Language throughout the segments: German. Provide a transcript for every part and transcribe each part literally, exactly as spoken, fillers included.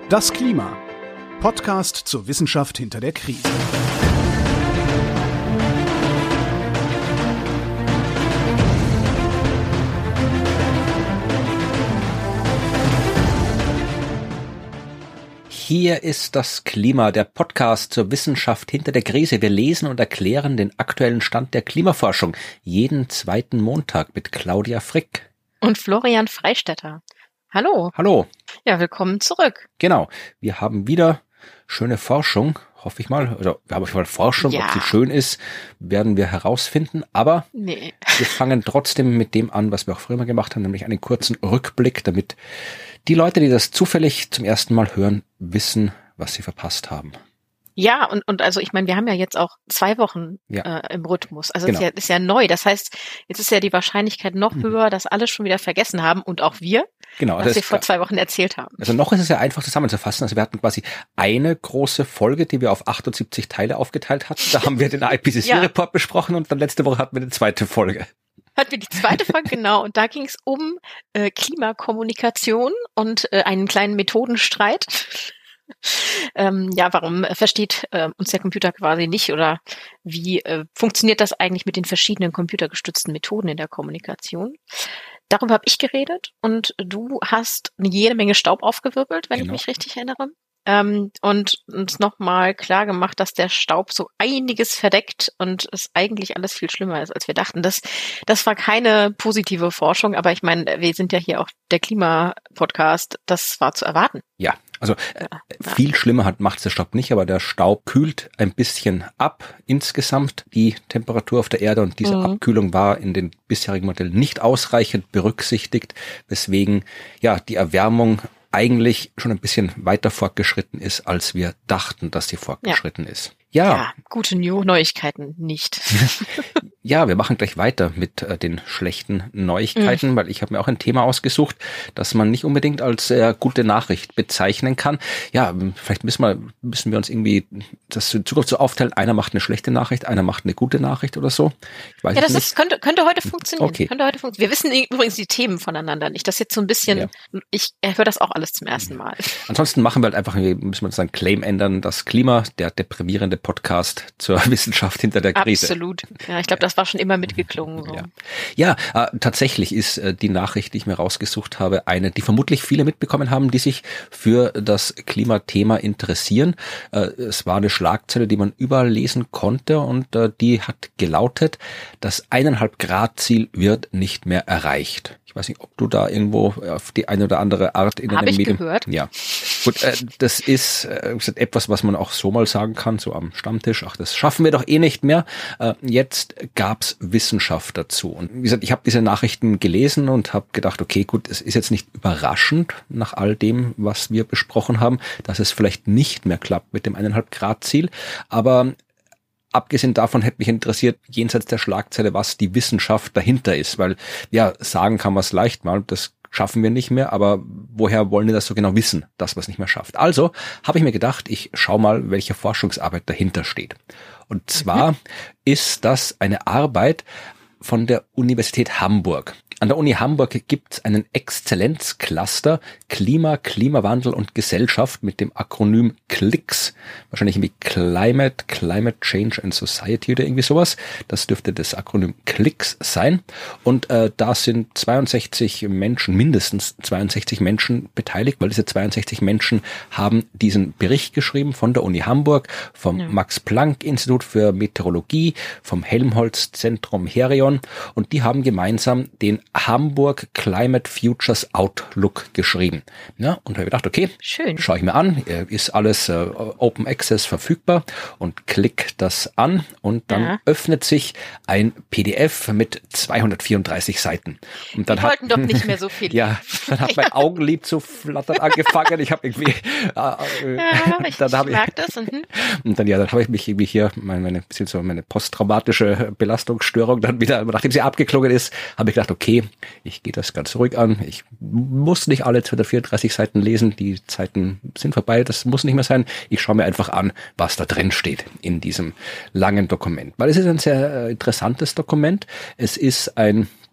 Das Klima. Podcast zur Wissenschaft hinter der Krise. Hier ist das Klima, der Podcast zur Wissenschaft hinter der Krise. Wir lesen und erklären den aktuellen Stand der Klimaforschung jeden zweiten Montag mit Claudia Frick und Florian Freistetter. Hallo. Hallo. Ja, willkommen zurück. Genau. Wir haben wieder schöne Forschung, hoffe ich mal. Oder wir haben auf jeden Fall Forschung, ja. Ob sie schön ist, werden wir herausfinden. Aber nee. wir fangen trotzdem mit dem an, was wir auch früher mal gemacht haben, nämlich einen kurzen Rückblick, damit die Leute, die das zufällig zum ersten Mal hören, wissen, was sie verpasst haben. Ja, und, und also ich meine, wir haben ja jetzt auch zwei Wochen ja. äh, im Rhythmus. Also genau. es ist, ja, ist ja neu. Das heißt, jetzt ist ja die Wahrscheinlichkeit noch mhm. höher, dass alle schon wieder vergessen haben und auch wir, genau, was wir vor zwei Wochen erzählt haben. Also noch ist es ja einfach zusammenzufassen. Also wir hatten quasi eine große Folge, die wir auf achtundsiebzig Teile aufgeteilt hatten. Da haben wir den I P C C-Report ja. besprochen und dann letzte Woche hatten wir eine zweite Folge. Hatten wir die zweite Folge, genau. Und da ging es um äh, Klimakommunikation und äh, einen kleinen Methodenstreit. ähm, ja, warum versteht äh, uns der Computer quasi nicht oder wie äh, funktioniert das eigentlich mit den verschiedenen computergestützten Methoden in der Kommunikation? Darüber habe ich geredet und du hast jede Menge Staub aufgewirbelt, wenn genau. ich mich richtig erinnere. Ähm, und uns nochmal klar gemacht, dass der Staub so einiges verdeckt und es eigentlich alles viel schlimmer ist, als wir dachten. Das, das war keine positive Forschung, aber ich meine, wir sind ja hier auch der Klima-Podcast, das war zu erwarten. Ja, also äh, viel schlimmer hat macht der Staub nicht, aber der Staub kühlt ein bisschen ab insgesamt die Temperatur auf der Erde und diese mhm. Abkühlung war in den bisherigen Modellen nicht ausreichend berücksichtigt, weswegen ja die Erwärmung eigentlich schon ein bisschen weiter fortgeschritten ist, als wir dachten, dass sie fortgeschritten ja. ist. Ja. ja, gute Neuigkeiten nicht. Ja, wir machen gleich weiter mit äh, den schlechten Neuigkeiten, mhm. weil ich habe mir auch ein Thema ausgesucht, das man nicht unbedingt als äh, gute Nachricht bezeichnen kann. Ja, vielleicht müssen wir, müssen wir uns irgendwie das in Zukunft so aufteilen. Einer macht eine schlechte Nachricht, einer macht eine gute Nachricht oder so. Ich weiß ja, das nicht. Ist, könnte, könnte heute funktionieren. Okay. Könnte heute funktionieren. Wir wissen übrigens die Themen voneinander nicht. Das ist jetzt so ein bisschen, ja. ich höre das auch alles zum ersten Mal. Ansonsten machen wir halt einfach, müssen wir uns einen Claim ändern, das Klima, der deprimierende Podcast zur Wissenschaft hinter der Krise. Absolut. Ja, ich glaube, das war schon immer mitgeklungen. So. Ja, ja äh, tatsächlich ist äh, die Nachricht, die ich mir rausgesucht habe, eine, die vermutlich viele mitbekommen haben, die sich für das Klimathema interessieren. Äh, es war eine Schlagzeile, die man überall lesen konnte und äh, die hat gelautet, das eineinhalb Grad Ziel wird nicht mehr erreicht. Ich weiß nicht, ob du da irgendwo auf die eine oder andere Art in einem Medium... gehört. Ja, gut, äh, das ist äh, etwas, was man auch so mal sagen kann, so am Stammtisch. Ach, das schaffen wir doch eh nicht mehr. Äh, jetzt gab's Wissenschaft dazu. Und wie gesagt, ich habe diese Nachrichten gelesen und habe gedacht, okay, gut, es ist jetzt nicht überraschend nach all dem, was wir besprochen haben, dass es vielleicht nicht mehr klappt mit dem eineinhalb Grad Ziel. Aber abgesehen davon hätte mich interessiert, jenseits der Schlagzeile, was die Wissenschaft dahinter ist, weil ja, sagen kann man es leicht mal, das schaffen wir nicht mehr, aber woher wollen wir das so genau wissen, dass man es nicht mehr schafft? Also habe ich mir gedacht, ich schaue mal, welche Forschungsarbeit dahinter steht. Und zwar mhm. ist das eine Arbeit von der Universität Hamburg. An der Uni Hamburg gibt es einen Exzellenzcluster Klima, Klimawandel und Gesellschaft mit dem Akronym C L I X. Wahrscheinlich irgendwie Climate, Climate Change and Society oder irgendwie sowas. Das dürfte das Akronym C L I X sein. Und äh, da sind zweiundsechzig Menschen, mindestens zweiundsechzig Menschen beteiligt, weil diese zweiundsechzig Menschen haben diesen Bericht geschrieben von der Uni Hamburg, vom ja. Max-Planck-Institut für Meteorologie, vom Helmholtz-Zentrum Herion und die haben gemeinsam den Hamburg Climate Futures Outlook geschrieben. Ja, und da habe ich gedacht, okay, schön, schaue ich mir an, ist alles äh, Open Access verfügbar und klick das an und dann ja. öffnet sich ein P D F mit zweihundertvierundrassig Seiten. Und dann Wir hat, wollten doch nicht mehr so viel. Ja, dann hat mein Augenlid zu flattern angefangen. Ich habe irgendwie, äh, ja, ich dann habe ich, das. Mhm. Und dann ja, dann habe ich mich irgendwie hier meine, meine bisschen so meine posttraumatische Belastungsstörung dann wieder, nachdem sie abgeklungen ist, habe ich gedacht, okay, ich gehe das ganz ruhig an. Ich muss nicht alle zweihundertvierunddreißig Seiten lesen. Die Zeiten sind vorbei. Das muss nicht mehr sein. Ich schaue mir einfach an, was da drin steht in diesem langen Dokument. Weil es ist ein sehr interessantes Dokument. Es ist ein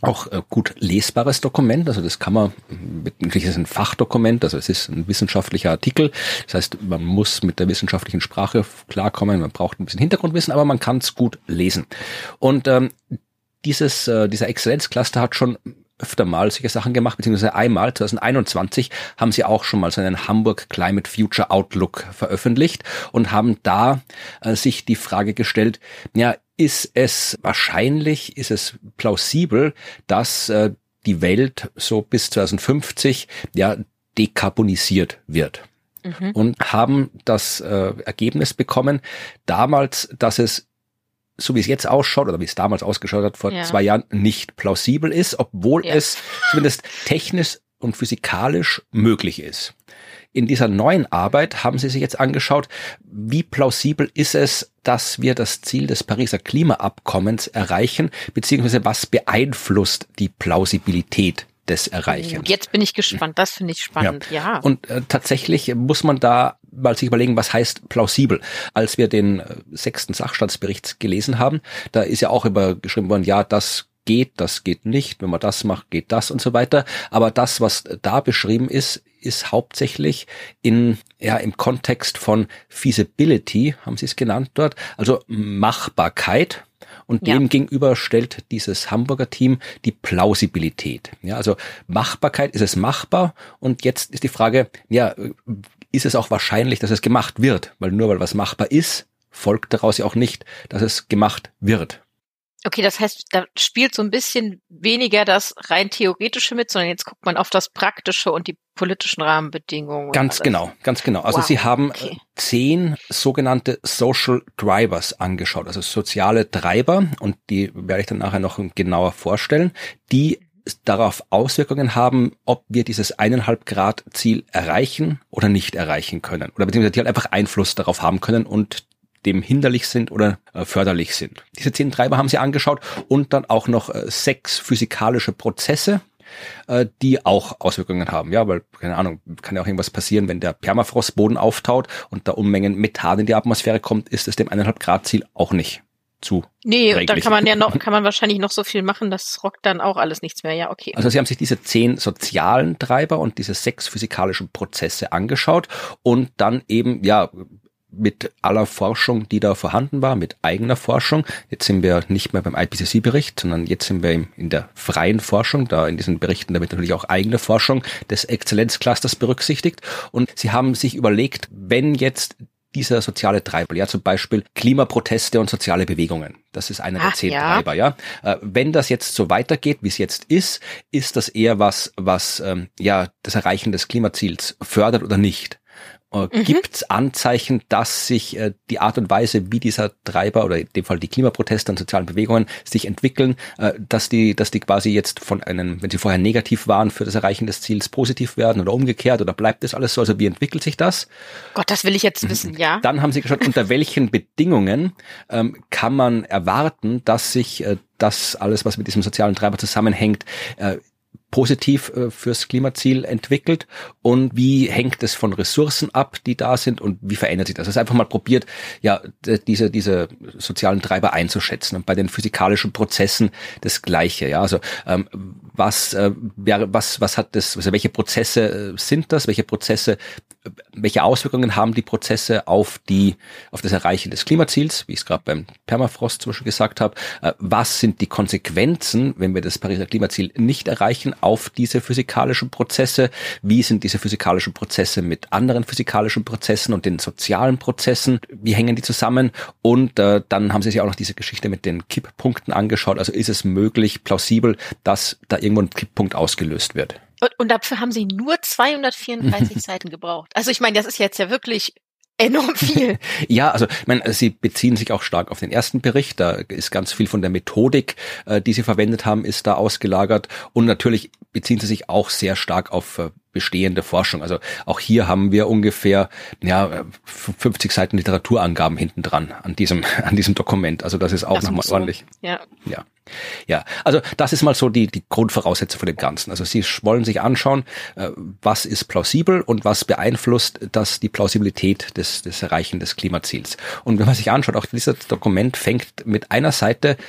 auch äh, gut lesbares Dokument, also das kann man, natürlich ist es ein Fachdokument, also es ist ein wissenschaftlicher Artikel, das heißt, man muss mit der wissenschaftlichen Sprache klarkommen, man braucht ein bisschen Hintergrundwissen, aber man kann es gut lesen. Und ähm, dieses, äh, dieser Exzellenzcluster hat schon öfter mal solche Sachen gemacht, beziehungsweise einmal, zwanzig einundzwanzig, haben sie auch schon mal so einen Hamburg Climate Future Outlook veröffentlicht und haben da äh, sich die Frage gestellt, ja, ist es wahrscheinlich, ist es plausibel, dass äh, die Welt so bis zwanzig fünfzig ja dekarbonisiert wird? Mhm. Und haben das äh, Ergebnis bekommen, damals, dass es so wie es jetzt ausschaut oder wie es damals ausgeschaut hat vor ja. zwei Jahren, nicht plausibel ist, obwohl ja. es zumindest technisch und physikalisch möglich ist. In dieser neuen Arbeit haben sie sich jetzt angeschaut, wie plausibel ist es, dass wir das Ziel des Pariser Klimaabkommens erreichen, beziehungsweise was beeinflusst die Plausibilität des Erreichens. Jetzt bin ich gespannt, das finde ich spannend, ja. ja. Und äh, tatsächlich muss man da mal sich überlegen, was heißt plausibel. Als wir den äh, sechsten Sachstandsbericht gelesen haben, da ist ja auch immer geschrieben worden, ja, das geht, das geht nicht, wenn man das macht, geht das und so weiter. Aber das, was da beschrieben ist, ist hauptsächlich in, ja, im Kontext von Feasibility, haben sie es genannt dort, also Machbarkeit. Und ja. dem gegenüber stellt dieses Hamburger Team die Plausibilität. Ja, also Machbarkeit, ist es machbar? Und jetzt ist die Frage, ja, ist es auch wahrscheinlich, dass es gemacht wird? Weil nur weil was machbar ist, folgt daraus ja auch nicht, dass es gemacht wird. Okay, das heißt, da spielt so ein bisschen weniger das rein Theoretische mit, sondern jetzt guckt man auf das Praktische und die politischen Rahmenbedingungen. Ganz genau, ganz genau. Also wow. Sie haben okay. zehn sogenannte Social Drivers angeschaut, also soziale Treiber, und die werde ich dann nachher noch genauer vorstellen, die darauf Auswirkungen haben, ob wir dieses eineinhalb Grad Ziel erreichen oder nicht erreichen können. Oder beziehungsweise die halt einfach Einfluss darauf haben können und dem hinderlich sind oder äh, förderlich sind. Diese zehn Treiber haben sie angeschaut und dann auch noch äh, sechs physikalische Prozesse, äh, die auch Auswirkungen haben. Ja, weil, keine Ahnung, kann ja auch irgendwas passieren, wenn der Permafrostboden auftaut und da Unmengen Methan in die Atmosphäre kommt, ist es dem eineinhalb Grad Ziel auch nicht zu Nee, und da kann man ja noch, kann man wahrscheinlich noch so viel machen, das rockt dann auch alles nichts mehr. Ja, okay. Also sie haben sich diese zehn sozialen Treiber und diese sechs physikalischen Prozesse angeschaut und dann eben, ja, mit aller Forschung, die da vorhanden war, mit eigener Forschung. Jetzt sind wir nicht mehr beim I P C C-Bericht, sondern jetzt sind wir in der freien Forschung. Da in diesen Berichten, da wird natürlich auch eigene Forschung des Exzellenzclusters berücksichtigt. Und sie haben sich überlegt, wenn jetzt dieser soziale Treiber, ja, zum Beispiel Klimaproteste und soziale Bewegungen. Das ist einer der zehn ja. Treiber, ja. Äh, wenn das jetzt so weitergeht, wie es jetzt ist, ist das eher was, was, ähm, ja, das Erreichen des Klimaziels fördert oder nicht? Mhm. Gibt es Anzeichen, dass sich äh, die Art und Weise, wie dieser Treiber oder in dem Fall die Klimaproteste und sozialen Bewegungen sich entwickeln, äh, dass die, dass die quasi jetzt von einem, wenn sie vorher negativ waren, für das Erreichen des Ziels positiv werden oder umgekehrt, oder bleibt das alles so? Also wie entwickelt sich das? Gott, das will ich jetzt wissen, ja. Dann haben sie geschaut, unter welchen Bedingungen ähm, kann man erwarten, dass sich äh, das alles, was mit diesem sozialen Treiber zusammenhängt, äh, positiv äh, fürs Klimaziel entwickelt, und wie hängt es von Ressourcen ab, die da sind, und wie verändert sich das? Also einfach mal probiert, ja, diese diese sozialen Treiber einzuschätzen, und bei den physikalischen Prozessen das Gleiche, ja, also ähm, was äh, wäre was was hat das, also welche Prozesse äh, sind das, welche Prozesse, äh, welche Auswirkungen haben die Prozesse auf die auf das Erreichen des Klimaziels, wie ich es gerade beim Permafrost zum Beispiel gesagt habe, äh, was sind die Konsequenzen, wenn wir das Pariser Klimaziel nicht erreichen, auf diese physikalischen Prozesse, wie sind diese physikalischen Prozesse mit anderen physikalischen Prozessen und den sozialen Prozessen, wie hängen die zusammen, und äh, dann haben sie sich auch noch diese Geschichte mit den Kipppunkten angeschaut, also ist es möglich, plausibel, dass da irgendwo ein Kipppunkt ausgelöst wird. Und, und dafür haben sie nur zweihundertvierunddreißig Seiten gebraucht. Also ich meine, das ist jetzt ja wirklich enorm viel. Ja, also ich meine, sie beziehen sich auch stark auf den ersten Bericht. Da ist ganz viel von der Methodik, äh, die sie verwendet haben, ist da ausgelagert. Und natürlich beziehen sie sich auch sehr stark auf äh, bestehende Forschung. Also auch hier haben wir ungefähr ja fünfzig Seiten Literaturangaben hinten dran an diesem an diesem Dokument. Also das ist auch nochmal ordentlich. Ja. Ja. Ja, also das ist mal so die die Grundvoraussetzung von dem Ganzen. Also Sie wollen sich anschauen, äh, was ist plausibel und was beeinflusst das die Plausibilität des des Erreichen des Klimaziels. Und wenn man sich anschaut, auch dieses Dokument fängt mit einer Seite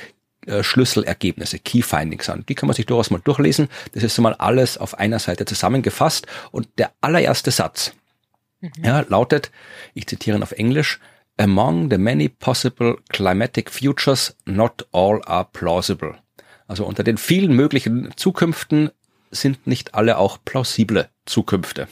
äh, Schlüsselergebnisse, Key Findings an. Die kann man sich durchaus mal durchlesen. Das ist so mal alles auf einer Seite zusammengefasst. Und der allererste Satz, mhm. ja, lautet, ich zitiere ihn auf Englisch, among the many possible climatic futures, not all are plausible. Also unter den vielen möglichen Zukünften sind nicht alle auch plausible Zukünfte.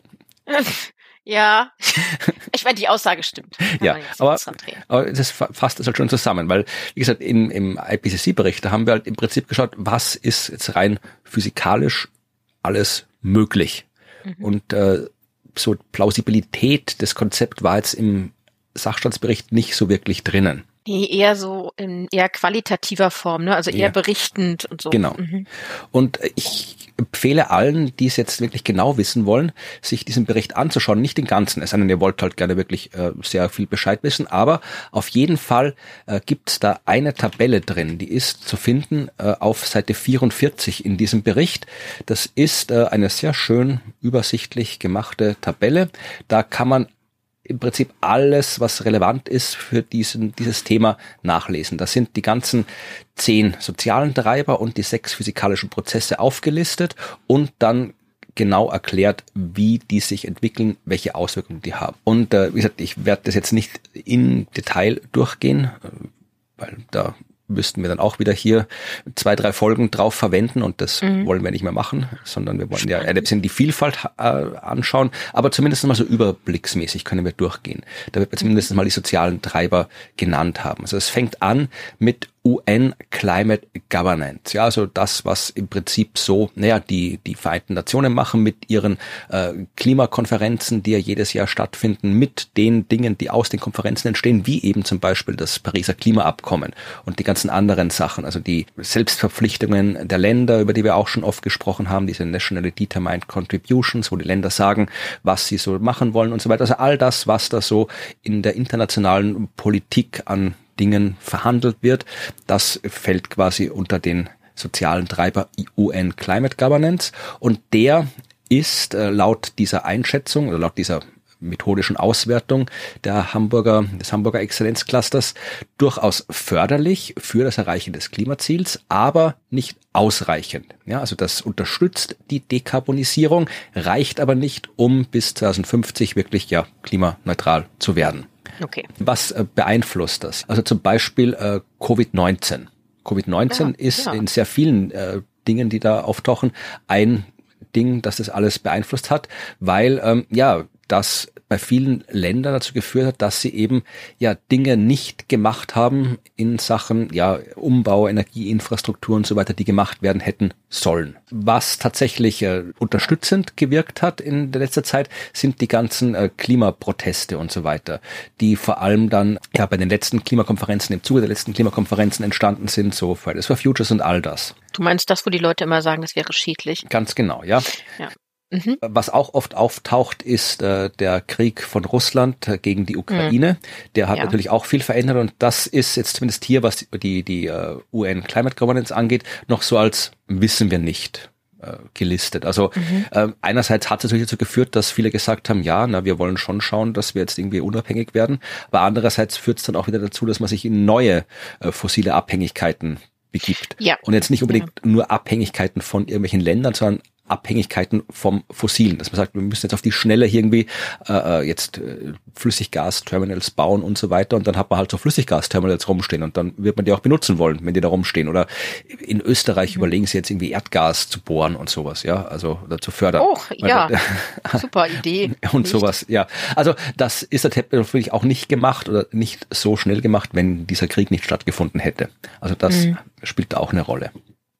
Ja, ich meine, die Aussage stimmt. Ja, aber, aber das fasst das halt schon zusammen, weil, wie gesagt, im, im I P C C-Bericht, da haben wir halt im Prinzip geschaut, was ist jetzt rein physikalisch alles möglich. Mhm. Und äh, so Plausibilität des Konzepts war jetzt im Sachstandsbericht nicht so wirklich drinnen. Nee, eher so in eher qualitativer Form, ne? Also eher ja. berichtend und so. Genau. Mhm. Und ich empfehle allen, die es jetzt wirklich genau wissen wollen, sich diesen Bericht anzuschauen, nicht den ganzen. Es sei denn, ihr wollt halt gerne wirklich äh, sehr viel Bescheid wissen, aber auf jeden Fall äh, gibt es da eine Tabelle drin, die ist zu finden äh, auf Seite vierundvierzig in diesem Bericht. Das ist äh, eine sehr schön übersichtlich gemachte Tabelle. Da kann man im Prinzip alles, was relevant ist für diesen, dieses Thema nachlesen. Da sind die ganzen zehn sozialen Treiber und die sechs physikalischen Prozesse aufgelistet und dann genau erklärt, wie die sich entwickeln, welche Auswirkungen die haben. Und äh, wie gesagt, ich werde das jetzt nicht im Detail durchgehen, weil da müssten wir dann auch wieder hier zwei, drei Folgen drauf verwenden und das mhm. wollen wir nicht mehr machen, sondern wir wollen ja ein bisschen die Vielfalt äh, anschauen, aber zumindest mal so überblicksmäßig können wir durchgehen. Da wird man zumindest mal die sozialen Treiber genannt haben. Also es fängt an mit U N Climate Governance, ja, also das, was im Prinzip so, naja, die die Vereinten Nationen machen mit ihren äh, Klimakonferenzen, die ja jedes Jahr stattfinden, mit den Dingen, die aus den Konferenzen entstehen, wie eben zum Beispiel das Pariser Klimaabkommen und die ganzen anderen Sachen, also die Selbstverpflichtungen der Länder, über die wir auch schon oft gesprochen haben, diese Nationally Determined Contributions, wo die Länder sagen, was sie so machen wollen und so weiter. Also all das, was da so in der internationalen Politik an Dingen verhandelt wird, das fällt quasi unter den sozialen Treiber U N Climate Governance und der ist äh, laut dieser Einschätzung oder laut dieser methodischen Auswertung der Hamburger, des Hamburger Exzellenzclusters durchaus förderlich für das Erreichen des Klimaziels, aber nicht ausreichend. Ja, also das unterstützt die Dekarbonisierung, reicht aber nicht, um bis zwanzig fünfzig wirklich ja klimaneutral zu werden. Okay. Was äh, beeinflusst das? Also zum Beispiel äh, Covid neunzehn. Covid neunzehn ja, ist ja. in sehr vielen äh, Dingen, die da auftauchen, ein Ding, das das alles beeinflusst hat, weil ähm, ja das bei vielen Ländern dazu geführt hat, dass sie eben ja Dinge nicht gemacht haben in Sachen ja Umbau, Energieinfrastruktur und so weiter, die gemacht werden hätten sollen. Was tatsächlich äh, unterstützend gewirkt hat in der letzter Zeit, sind die ganzen äh, Klimaproteste und so weiter, die vor allem dann ja bei den letzten Klimakonferenzen, im Zuge der letzten Klimakonferenzen entstanden sind, so Fridays for Futures und all das. Du meinst das, wo die Leute immer sagen, das wäre schädlich? Ganz genau, ja. Ja. Mhm. Was auch oft auftaucht, ist äh, der Krieg von Russland äh, gegen die Ukraine. Mhm. Der hat ja. natürlich auch viel verändert und das ist jetzt zumindest hier, was die, die uh, U N Climate Governance angeht, noch so als wissen wir nicht äh, gelistet. Also mhm. äh, einerseits hat es natürlich dazu geführt, dass viele gesagt haben, ja, na, wir wollen schon schauen, dass wir jetzt irgendwie unabhängig werden, aber andererseits führt es dann auch wieder dazu, dass man sich in neue äh, fossile Abhängigkeiten begibt. Ja. Und jetzt nicht unbedingt ja. nur Abhängigkeiten von irgendwelchen Ländern, sondern Abhängigkeiten vom Fossilen. Dass man sagt, wir müssen jetzt auf die Schnelle irgendwie äh, jetzt äh, Flüssiggasterminals bauen und so weiter und dann hat man halt so Flüssiggasterminals rumstehen und dann wird man die auch benutzen wollen, wenn die da rumstehen. Oder in Österreich mhm. überlegen sie jetzt irgendwie Erdgas zu bohren und sowas, ja, also oder zu fördern. Oh, ja, super Idee. Und nicht. sowas, ja. Also das ist natürlich auch nicht gemacht oder nicht so schnell gemacht, wenn dieser Krieg nicht stattgefunden hätte. Also das mhm. spielt da auch eine Rolle.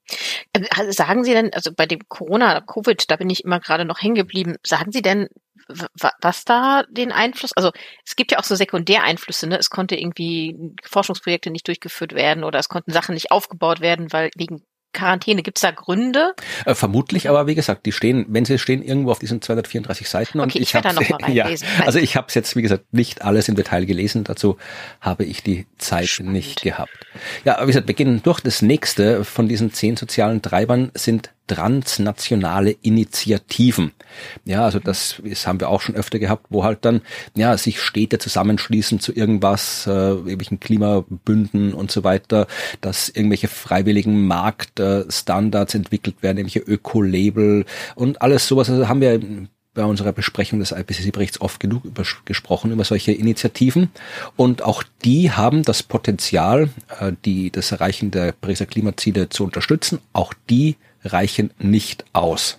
Also sagen Sie denn, also bei dem Corona, Covid, da bin ich immer gerade noch hängen geblieben, sagen Sie denn, was da den Einfluss, also es gibt ja auch so Sekundäreinflüsse, ne? Es konnte irgendwie Forschungsprojekte nicht durchgeführt werden oder es konnten Sachen nicht aufgebaut werden, weil wegen Quarantäne? Gibt es da Gründe? Äh, vermutlich, aber wie gesagt, die stehen, wenn sie stehen, irgendwo auf diesen zweihundertvierunddreißig Seiten. Okay, und ich, ich werde da nochmal reinlesen. Ja, also ich habe es jetzt, wie gesagt, nicht alles im Detail gelesen. Dazu habe ich die Zeit Spannend. nicht gehabt. Ja, aber wie gesagt, wir gehen durch. Das nächste von diesen zehn sozialen Treibern sind transnationale Initiativen. Ja, also das, das haben wir auch schon öfter gehabt, wo halt dann ja sich Städte zusammenschließen zu irgendwas, äh, irgendwelchen Klimabünden und so weiter, dass irgendwelche freiwilligen Marktstandards entwickelt werden, irgendwelche Öko-Label und alles sowas. Also haben wir bei unserer Besprechung des I P C C-Berichts oft genug über, gesprochen, über solche Initiativen. Und auch die haben das Potenzial, äh, die das Erreichen der Pariser Klimaziele zu unterstützen. Auch die reichen nicht aus.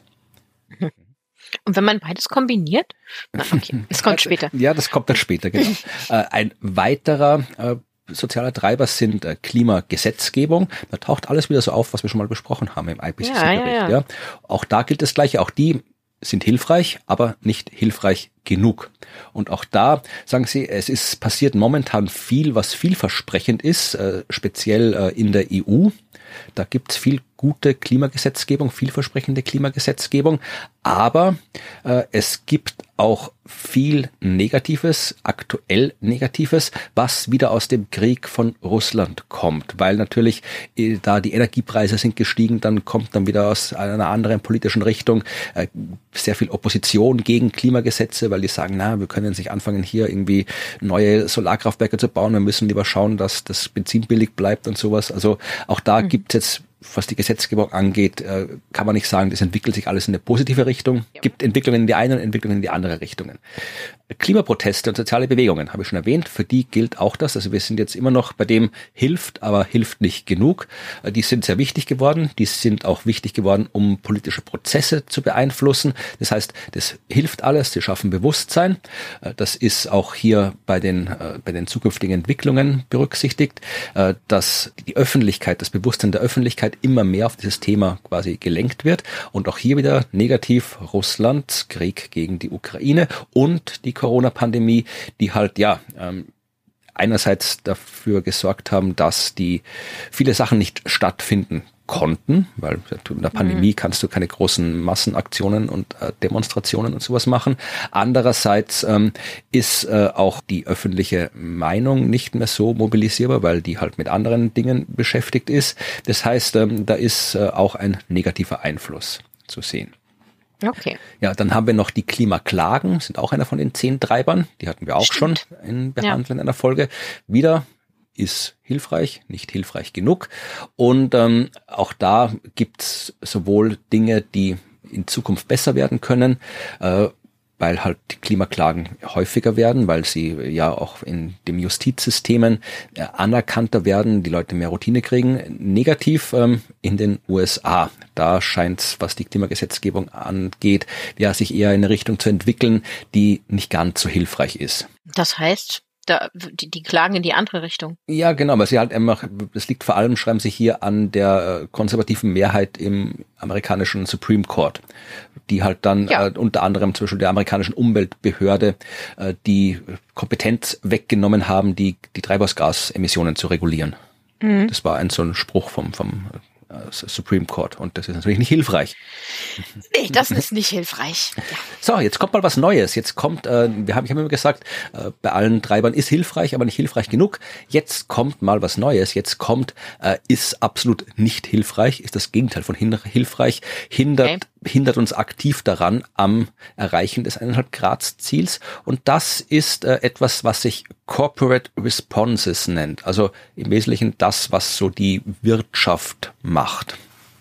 Und wenn man beides kombiniert? Na, okay, das kommt später. Ja, das kommt dann später, genau. Ein weiterer äh, sozialer Treiber sind äh, Klimagesetzgebung. Da taucht alles wieder so auf, was wir schon mal besprochen haben im I P C C-Bericht. Ja, ja, ja. Ja. Auch da gilt das Gleiche. Auch die sind hilfreich, aber nicht hilfreich genug. Und auch da sagen sie, es ist passiert momentan viel, was vielversprechend ist, äh, speziell äh, in der E U. Da gibt's viel gute Klimagesetzgebung, vielversprechende Klimagesetzgebung, aber äh, es gibt auch viel Negatives, aktuell Negatives, was wieder aus dem Krieg von Russland kommt, weil natürlich äh, da die Energiepreise sind gestiegen, dann kommt dann wieder aus einer anderen politischen Richtung äh, sehr viel Opposition gegen Klimagesetze, weil die sagen, na, wir können jetzt nicht anfangen, hier irgendwie neue Solarkraftwerke zu bauen, wir müssen lieber schauen, dass das Benzin billig bleibt und sowas. Also auch da mhm. gibt es jetzt, was die Gesetzgebung angeht, kann man nicht sagen, das entwickelt sich alles in eine positive Richtung. Es gibt Entwicklungen in die eine und Entwicklungen in die andere Richtungen. Klimaproteste und soziale Bewegungen, habe ich schon erwähnt, für die gilt auch das. Also wir sind jetzt immer noch bei dem hilft, aber hilft nicht genug. Die sind sehr wichtig geworden. Die sind auch wichtig geworden, um politische Prozesse zu beeinflussen. Das heißt, das hilft alles. Sie schaffen Bewusstsein. Das ist auch hier bei den, bei den zukünftigen Entwicklungen berücksichtigt, dass die Öffentlichkeit, das Bewusstsein der Öffentlichkeit immer mehr auf dieses Thema quasi gelenkt wird. Und auch hier wieder negativ Russland, Krieg gegen die Ukraine und die Corona-Pandemie, die halt ja ähm, einerseits dafür gesorgt haben, dass die viele Sachen nicht stattfinden konnten, weil in der Pandemie mhm. kannst du keine großen Massenaktionen und äh, Demonstrationen und sowas machen. Andererseits ähm, ist äh, auch die öffentliche Meinung nicht mehr so mobilisierbar, weil die halt mit anderen Dingen beschäftigt ist. Das heißt, ähm, da ist äh, auch ein negativer Einfluss zu sehen. Okay. Ja, dann haben wir noch die Klimaklagen, sind auch einer von den zehn Treibern. Die hatten wir auch Stimmt. schon in Behandeln ja. einer Folge. Wieder ist hilfreich, nicht hilfreich genug. Und ähm, auch da gibt's sowohl Dinge, die in Zukunft besser werden können, äh, weil halt die Klimaklagen häufiger werden, weil sie ja auch in den Justizsystemen äh, anerkannter werden, die Leute mehr Routine kriegen. Negativ ähm, in den U S A. Da scheint's, was die Klimagesetzgebung angeht, ja sich eher in eine Richtung zu entwickeln, die nicht ganz so hilfreich ist. Das heißt, da, die, die klagen in die andere Richtung. Ja, genau, weil sie halt einfach, das liegt vor allem, schreiben sie hier, an der konservativen Mehrheit im amerikanischen Supreme Court, die halt dann ja. äh, unter anderem zum Beispiel der amerikanischen Umweltbehörde äh, die Kompetenz weggenommen haben, die, die Treibhausgasemissionen zu regulieren. Mhm. Das war ein so ein Spruch vom, vom Supreme Court und das ist natürlich nicht hilfreich. Nee, das ist nicht hilfreich. Ja. So, jetzt kommt mal was Neues. Jetzt kommt, äh, wir haben, ich habe immer gesagt, äh, bei allen Treibern ist hilfreich, aber nicht hilfreich genug. Jetzt kommt mal was Neues. Jetzt kommt, äh, ist absolut nicht hilfreich, ist das Gegenteil von hin- hilfreich, hindert okay. hindert uns aktiv daran am Erreichen des eineinhalb Grad Ziels. Und das ist äh, etwas, was sich Corporate Responses nennt. Also im Wesentlichen das, was so die Wirtschaft macht.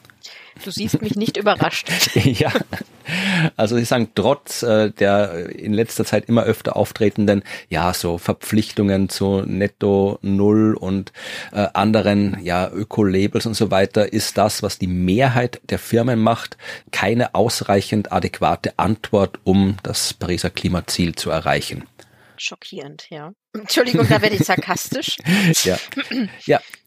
Du siehst mich nicht überrascht. Ja, also Sie sagen, trotz äh, der in letzter Zeit immer öfter auftretenden, ja, so Verpflichtungen zu Netto Null und äh, anderen, ja, Öko-Labels und so weiter, ist das, was die Mehrheit der Firmen macht, keine ausreichend adäquate Antwort, um das Pariser Klimaziel zu erreichen. Schockierend, ja. Entschuldigung, da werde ich sarkastisch. ja. ja,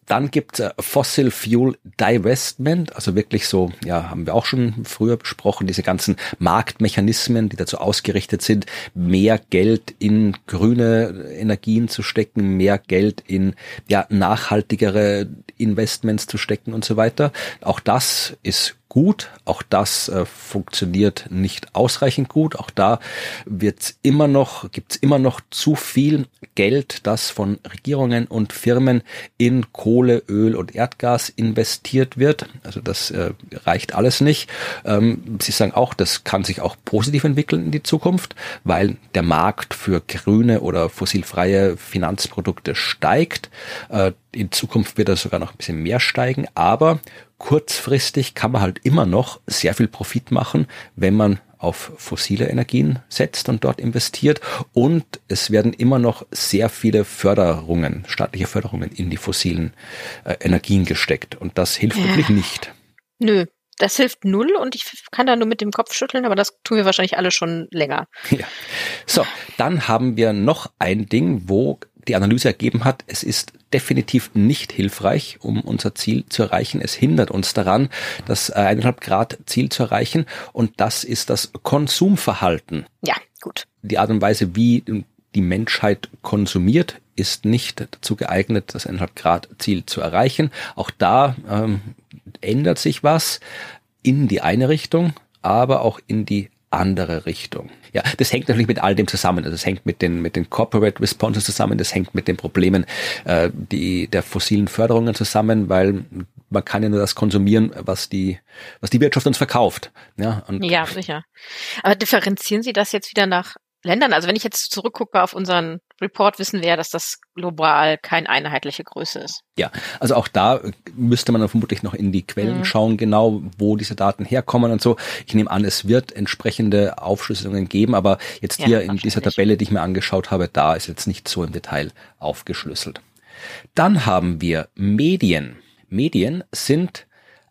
Dann gibt es Fossil Fuel Divestment, also wirklich so, ja, haben wir auch schon früher besprochen, diese ganzen Marktmechanismen, die dazu ausgerichtet sind, mehr Geld in grüne Energien zu stecken, mehr Geld in ja nachhaltigere Investments zu stecken und so weiter. Auch das ist gut, auch das äh, funktioniert nicht ausreichend gut. Auch da wird's immer noch, gibt's immer noch zu viel Geld, das von Regierungen und Firmen in Kohle, Öl und Erdgas investiert wird. Also das äh, reicht alles nicht. Ähm, Sie sagen auch, das kann sich auch positiv entwickeln in die Zukunft, weil der Markt für grüne oder fossilfreie Finanzprodukte steigt. Äh, in Zukunft wird er sogar noch ein bisschen mehr steigen, aber kurzfristig kann man halt immer noch sehr viel Profit machen, wenn man auf fossile Energien setzt und dort investiert. Und es werden immer noch sehr viele Förderungen, staatliche Förderungen in die fossilen äh, Energien gesteckt. Und das hilft ja wirklich nicht. Nö, das hilft null und ich kann da nur mit dem Kopf schütteln, aber das tun wir wahrscheinlich alle schon länger. Ja. So, dann haben wir noch ein Ding, wo die Analyse ergeben hat, es ist definitiv nicht hilfreich, um unser Ziel zu erreichen. Es hindert uns daran, das eineinhalb Grad Ziel zu erreichen. Und das ist das Konsumverhalten. Ja, gut. Die Art und Weise, wie die Menschheit konsumiert, ist nicht dazu geeignet, das eineinhalb Grad Ziel zu erreichen. Auch da ähm, ändert sich was in die eine Richtung, aber auch in die andere Richtung. Ja, das hängt natürlich mit all dem zusammen. Also es hängt mit den mit den Corporate Responses zusammen. Das hängt mit den Problemen äh, die der fossilen Förderungen zusammen, weil man kann ja nur das konsumieren, was die was die Wirtschaft uns verkauft. Ja, und ja, sicher. Aber differenzieren Sie das jetzt wieder nach Ländern? Also wenn ich jetzt zurückgucke auf unseren Report, wissen wir ja, dass das global keine einheitliche Größe ist. Ja, also auch da müsste man dann vermutlich noch in die Quellen mhm. schauen, genau wo diese Daten herkommen und so. Ich nehme an, es wird entsprechende Aufschlüsselungen geben, aber jetzt ja, hier in dieser Tabelle, die ich mir angeschaut habe, da ist jetzt nicht so im Detail aufgeschlüsselt. Dann haben wir Medien. Medien sind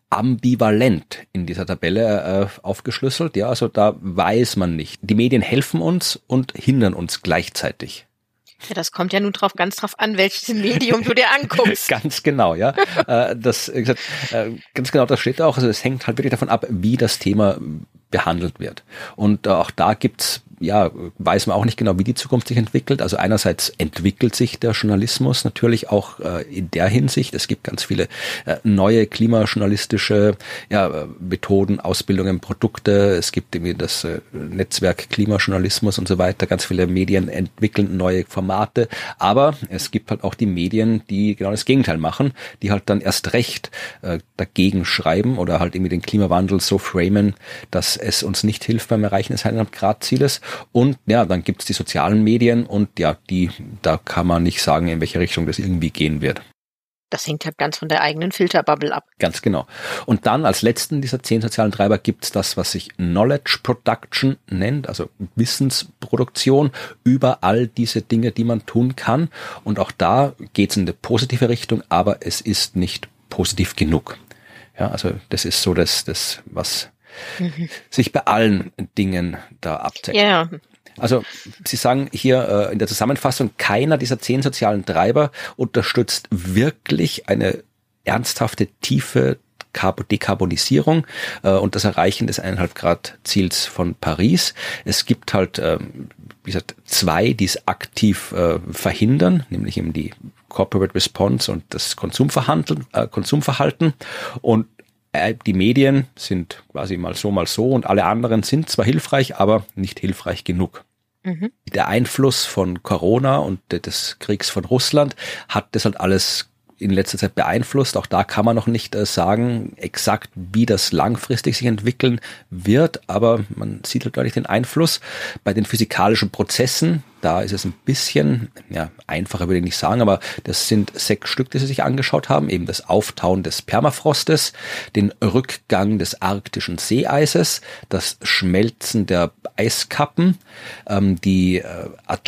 ambivalent in dieser Tabelle äh, aufgeschlüsselt. Ja, also da weiß man nicht. Die Medien helfen uns und hindern uns gleichzeitig. Ja, das kommt ja nun drauf, ganz drauf an, welches Medium du dir anguckst. Ganz genau, ja. äh, das, wie gesagt, äh, ganz genau, das steht auch. Also es hängt halt wirklich davon ab, wie das Thema behandelt wird. Und äh, auch da gibt's, ja, weiß man auch nicht genau, wie die Zukunft sich entwickelt. Also einerseits entwickelt sich der Journalismus natürlich auch äh, in der Hinsicht. Es gibt ganz viele äh, neue klimajournalistische ja, Methoden, Ausbildungen, Produkte. Es gibt irgendwie das äh, Netzwerk Klimajournalismus und so weiter. Ganz viele Medien entwickeln neue Formate. Aber es gibt halt auch die Medien, die genau das Gegenteil machen, die halt dann erst recht äh, dagegen schreiben oder halt irgendwie den Klimawandel so framen, dass es uns nicht hilft beim Erreichen des eineinhalb Grad Zieles. Und ja, dann gibt's die sozialen Medien und ja, die, da kann man nicht sagen, in welche Richtung das irgendwie gehen wird. Das hängt halt ganz von der eigenen Filterbubble ab. Ganz genau. Und dann als letzten dieser zehn sozialen Treiber gibt's das, was sich Knowledge Production nennt, also Wissensproduktion über all diese Dinge, die man tun kann. Und auch da geht's in eine positive Richtung, aber es ist nicht positiv genug. Ja, also das ist so das, das was mhm. sich bei allen Dingen da abzeichnet. Ja. Also Sie sagen hier äh, in der Zusammenfassung, keiner dieser zehn sozialen Treiber unterstützt wirklich eine ernsthafte, tiefe Dekarbonisierung äh, und das Erreichen des eineinhalb Grad Ziels von Paris. Es gibt halt, ähm, wie gesagt, zwei, die es aktiv äh, verhindern, nämlich eben die Corporate Response und das Konsumverhalten, äh, Konsumverhalten. Und äh, die Medien sind quasi mal so, mal so und alle anderen sind zwar hilfreich, aber nicht hilfreich genug. Mhm. Der Einfluss von Corona und des Kriegs von Russland hat das halt alles in letzter Zeit beeinflusst. Auch da kann man noch nicht äh, sagen, exakt wie das langfristig sich entwickeln wird, aber man sieht halt deutlich den Einfluss. Bei den physikalischen Prozessen, da ist es ein bisschen, ja, einfacher würde ich nicht sagen, aber das sind sechs Stück, die sie sich angeschaut haben. Eben das Auftauen des Permafrostes, den Rückgang des arktischen Seeeises, das Schmelzen der Eiskappen, ähm, die äh,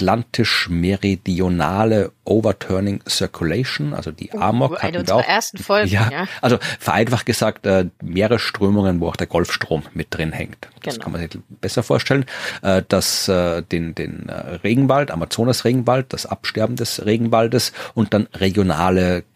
atlantisch-meridionale Overturning Circulation, also die A M O C. Eine unserer ersten Folgen, ja, ja. Also vereinfacht gesagt, äh, Meeresströmungen, wo auch der Golfstrom mit drin hängt. Das genau. Kann man sich besser vorstellen. Äh, dass äh, den, den äh, Regen Regenwald, Amazonas-Regenwald, das Absterben des Regenwaldes und dann regionale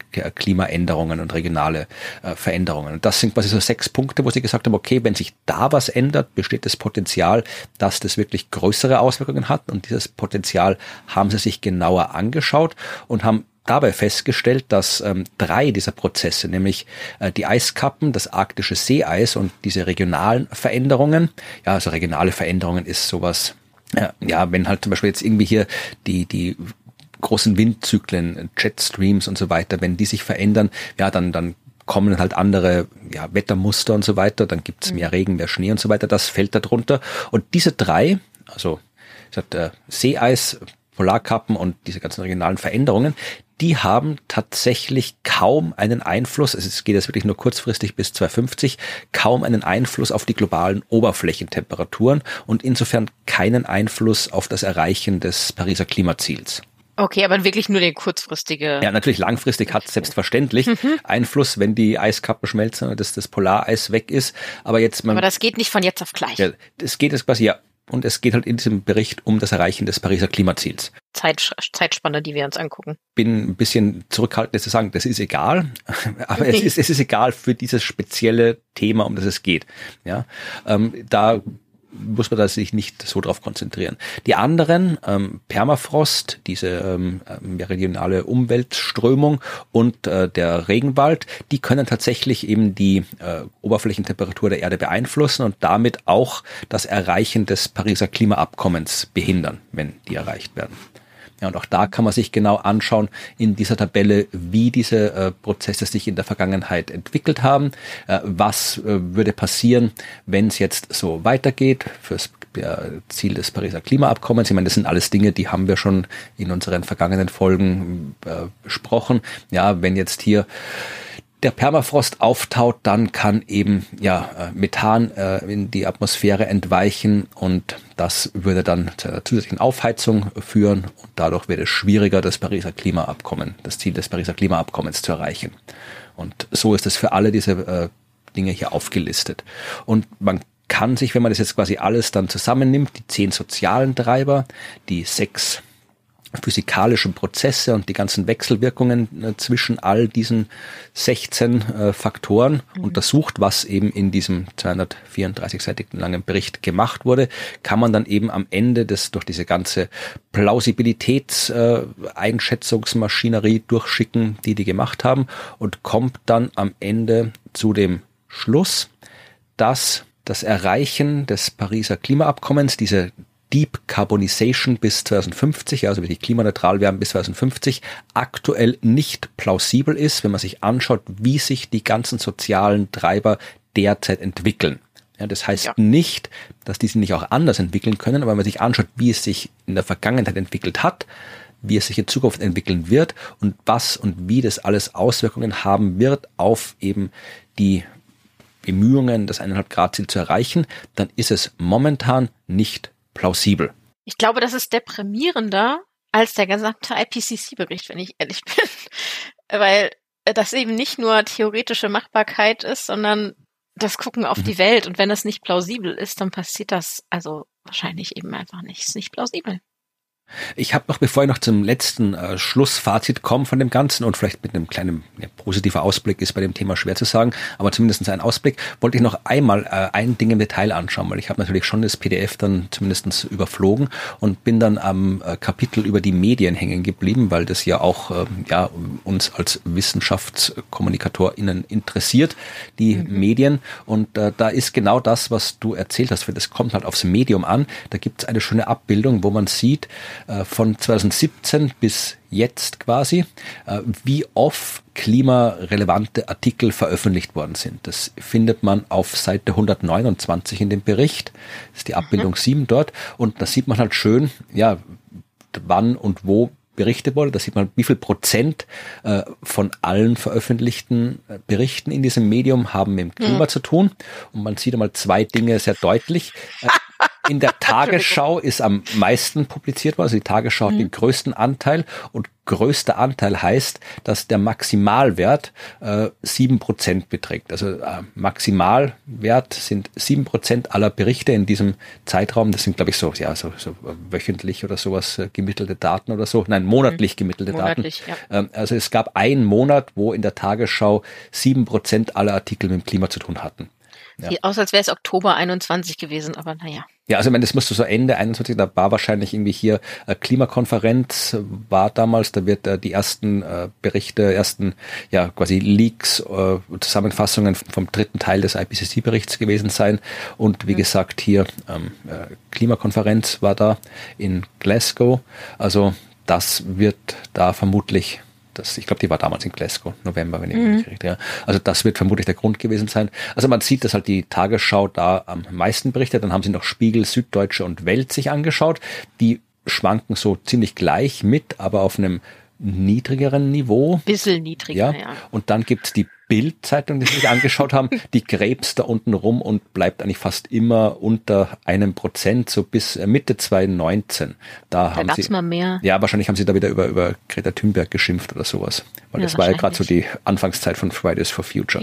Klimaänderungen und regionale äh, Veränderungen. Und das sind quasi so sechs Punkte, wo sie gesagt haben, okay, wenn sich da was ändert, besteht das Potenzial, dass das wirklich größere Auswirkungen hat. Und dieses Potenzial haben sie sich genauer angeschaut und haben dabei festgestellt, dass ähm, drei dieser Prozesse, nämlich äh, die Eiskappen, das arktische Seeeis und diese regionalen Veränderungen, ja, also regionale Veränderungen ist sowas, äh, ja, wenn halt zum Beispiel jetzt irgendwie hier die, die großen Windzyklen, Jetstreams und so weiter, wenn die sich verändern, ja, dann, dann kommen halt andere ja, Wettermuster und so weiter, dann gibt es mehr Regen, mehr Schnee und so weiter, das fällt da drunter. Und diese drei, also ich sag, äh, Seeeis, Polarkappen und diese ganzen regionalen Veränderungen, die haben tatsächlich kaum einen Einfluss, also es geht jetzt wirklich nur kurzfristig bis zweitausendfünfzig, kaum einen Einfluss auf die globalen Oberflächentemperaturen und insofern keinen Einfluss auf das Erreichen des Pariser Klimaziels. Okay, aber wirklich nur der kurzfristige. Ja, natürlich langfristig hat es selbstverständlich mhm. Einfluss, wenn die Eiskappen schmelzen und das, das Polareis weg ist. Aber jetzt man. Aber das geht nicht von jetzt auf gleich. Ja, das geht jetzt quasi, ja. Und es geht halt in diesem Bericht um das Erreichen des Pariser Klimaziels. Zeit, Zeitspanne, die wir uns angucken. Bin ein bisschen zurückhaltend, jetzt zu sagen, das ist egal, aber es ist, es ist egal für dieses spezielle Thema, um das es geht. Ja, ähm, da muss man da sich nicht so drauf konzentrieren. Die anderen, ähm, Permafrost, diese ähm, meridionale Umweltströmung und äh, der Regenwald, die können tatsächlich eben die äh, Oberflächentemperatur der Erde beeinflussen und damit auch das Erreichen des Pariser Klimaabkommens behindern, wenn die erreicht werden. Ja, und auch da kann man sich genau anschauen in dieser Tabelle, wie diese äh, Prozesse sich in der Vergangenheit entwickelt haben. Äh, was äh, würde passieren, wenn es jetzt so weitergeht fürs äh, Ziel des Pariser Klimaabkommens? Ich meine, das sind alles Dinge, die haben wir schon in unseren vergangenen Folgen äh, besprochen. Ja, wenn jetzt hier der Permafrost auftaut, dann kann eben ja Methan äh, in die Atmosphäre entweichen und das würde dann zu einer zusätzlichen Aufheizung führen und dadurch wird es schwieriger, das Pariser Klimaabkommen, das Ziel des Pariser Klimaabkommens zu erreichen. Und so ist es für alle diese äh, Dinge hier aufgelistet. Und man kann sich, wenn man das jetzt quasi alles dann zusammennimmt, die zehn sozialen Treiber, die sechs physikalischen Prozesse und die ganzen Wechselwirkungen äh, zwischen all diesen sechzehn äh, Faktoren mhm. untersucht, was eben in diesem zweihundertvierunddreißig-seitigen langen Bericht gemacht wurde, kann man dann eben am Ende des durch diese ganze Plausibilitätseinschätzungsmaschinerie äh, durchschicken, die die gemacht haben und kommt dann am Ende zu dem Schluss, dass das Erreichen des Pariser Klimaabkommens, diese Deep Carbonization bis zweitausendfünfzig, also wirklich klimaneutral werden bis zweitausendfünfzig, aktuell nicht plausibel ist, wenn man sich anschaut, wie sich die ganzen sozialen Treiber derzeit entwickeln. Ja, das heißt ja. nicht, dass die sich nicht auch anders entwickeln können, aber wenn man sich anschaut, wie es sich in der Vergangenheit entwickelt hat, wie es sich in Zukunft entwickeln wird und was und wie das alles Auswirkungen haben wird auf eben die Bemühungen, das eineinhalb Grad Ziel zu erreichen, dann ist es momentan nicht plausibel. Ich glaube, das ist deprimierender als der gesamte I P C C-Bericht, wenn ich ehrlich bin. Weil das eben nicht nur theoretische Machbarkeit ist, sondern das Gucken auf mhm. die Welt. Und wenn das nicht plausibel ist, dann passiert das also wahrscheinlich eben einfach nicht. Ist nicht plausibel. Ich habe noch, bevor ich noch zum letzten äh, Schlussfazit komme von dem Ganzen und vielleicht mit einem kleinen ja, positiver Ausblick ist bei dem Thema schwer zu sagen, aber zumindest ein Ausblick, wollte ich noch einmal äh, ein Ding im Detail anschauen, weil ich habe natürlich schon das P D F dann zumindest überflogen und bin dann am äh, Kapitel über die Medien hängen geblieben, weil das ja auch äh, ja uns als WissenschaftskommunikatorInnen interessiert, die mhm. Medien. Und äh, da ist genau das, was du erzählt hast, das kommt halt aufs Medium an. Da gibt es eine schöne Abbildung, wo man sieht, von zweitausendsiebzehn bis jetzt quasi, wie oft klimarelevante Artikel veröffentlicht worden sind. Das findet man auf Seite hundertneunundzwanzig in dem Bericht. Das ist die Abbildung mhm. sieben dort. Und da sieht man halt schön, ja, wann und wo berichtet wurde. Da sieht man, wie viel Prozent äh, von allen veröffentlichten äh, Berichten in diesem Medium haben mit dem Klima mhm. zu tun. Und man sieht einmal zwei Dinge sehr deutlich. Äh, in der Tagesschau ist am meisten publiziert worden. Also die Tagesschau mhm. hat den größten Anteil und größter Anteil heißt, dass der Maximalwert äh, sieben Prozent beträgt. Also äh, Maximalwert sind sieben Prozent aller Berichte in diesem Zeitraum. Das sind, glaube ich, so, ja, so, so wöchentlich oder sowas äh, gemittelte Daten oder so. Nein, monatlich gemittelte monatlich, Daten. Ja. Ähm, also es gab einen Monat, wo in der Tagesschau sieben Prozent aller Artikel mit dem Klima zu tun hatten. Ja. Sieht aus, als wäre es Oktober einundzwanzig gewesen, aber naja. Ja, also ich meine, das musste so Ende einundzwanzig, da war wahrscheinlich irgendwie hier äh, Klimakonferenz, war damals, da wird äh, die ersten äh, Berichte, ersten ja quasi Leaks, äh, Zusammenfassungen vom dritten Teil des I P C C-Berichts gewesen sein. Und wie mhm. gesagt, hier ähm, äh, Klimakonferenz war da in Glasgow. Also das wird da vermutlich... Das, ich glaube, die war damals in Glasgow, November, wenn ich mich richtig erinnere. Also das wird vermutlich der Grund gewesen sein. Also man sieht, dass halt die Tagesschau da am meisten berichtet. Dann haben sie noch Spiegel, Süddeutsche und Welt sich angeschaut. Die schwanken so ziemlich gleich mit, aber auf einem niedrigeren Niveau. Bisschen niedriger, ja. ja. Und dann gibt's die Bild-Zeitung, die sie sich angeschaut haben, die krebst da unten rum und bleibt eigentlich fast immer unter einem Prozent, so bis Mitte zwanzig neunzehn. Da, da haben sie mal mehr. Ja, wahrscheinlich haben sie da wieder über, über Greta Thunberg geschimpft oder sowas. Weil ja, das war ja gerade so die Anfangszeit von Fridays for Future.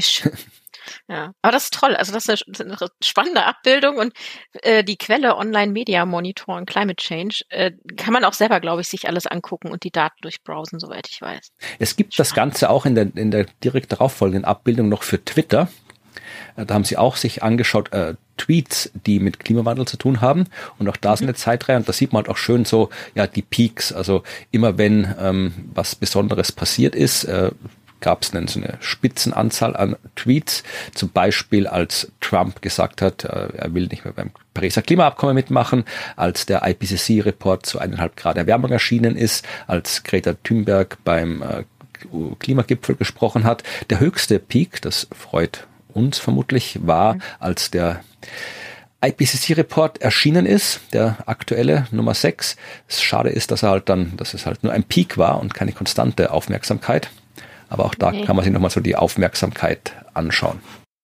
Ja, aber das ist toll. Also das ist eine spannende Abbildung und äh, die Quelle Online Media Monitor und Climate Change äh, kann man auch selber, glaube ich, sich alles angucken und die Daten durchbrowsen, soweit ich weiß. Es gibt Spannend. Das Ganze auch in der in der direkt darauffolgenden Abbildung noch für Twitter. Äh, da haben sie auch sich angeschaut äh, Tweets, die mit Klimawandel zu tun haben und auch da ist mhm. eine Zeitreihe und da sieht man halt auch schön so ja die Peaks. Also immer wenn ähm, was Besonderes passiert ist, äh, gab es so eine Spitzenanzahl an Tweets, zum Beispiel als Trump gesagt hat, er will nicht mehr beim Pariser Klimaabkommen mitmachen, als der I P C C-Report zu eineinhalb Grad Erwärmung erschienen ist, als Greta Thunberg beim Klimagipfel gesprochen hat. Der höchste Peak, das freut uns vermutlich, war, mhm. als der I P C C-Report erschienen ist, der aktuelle Nummer sechs. Schade ist, dass er halt dann, dass es halt nur ein Peak war und keine konstante Aufmerksamkeit. Aber auch da okay. kann man sich nochmal so die Aufmerksamkeit anschauen.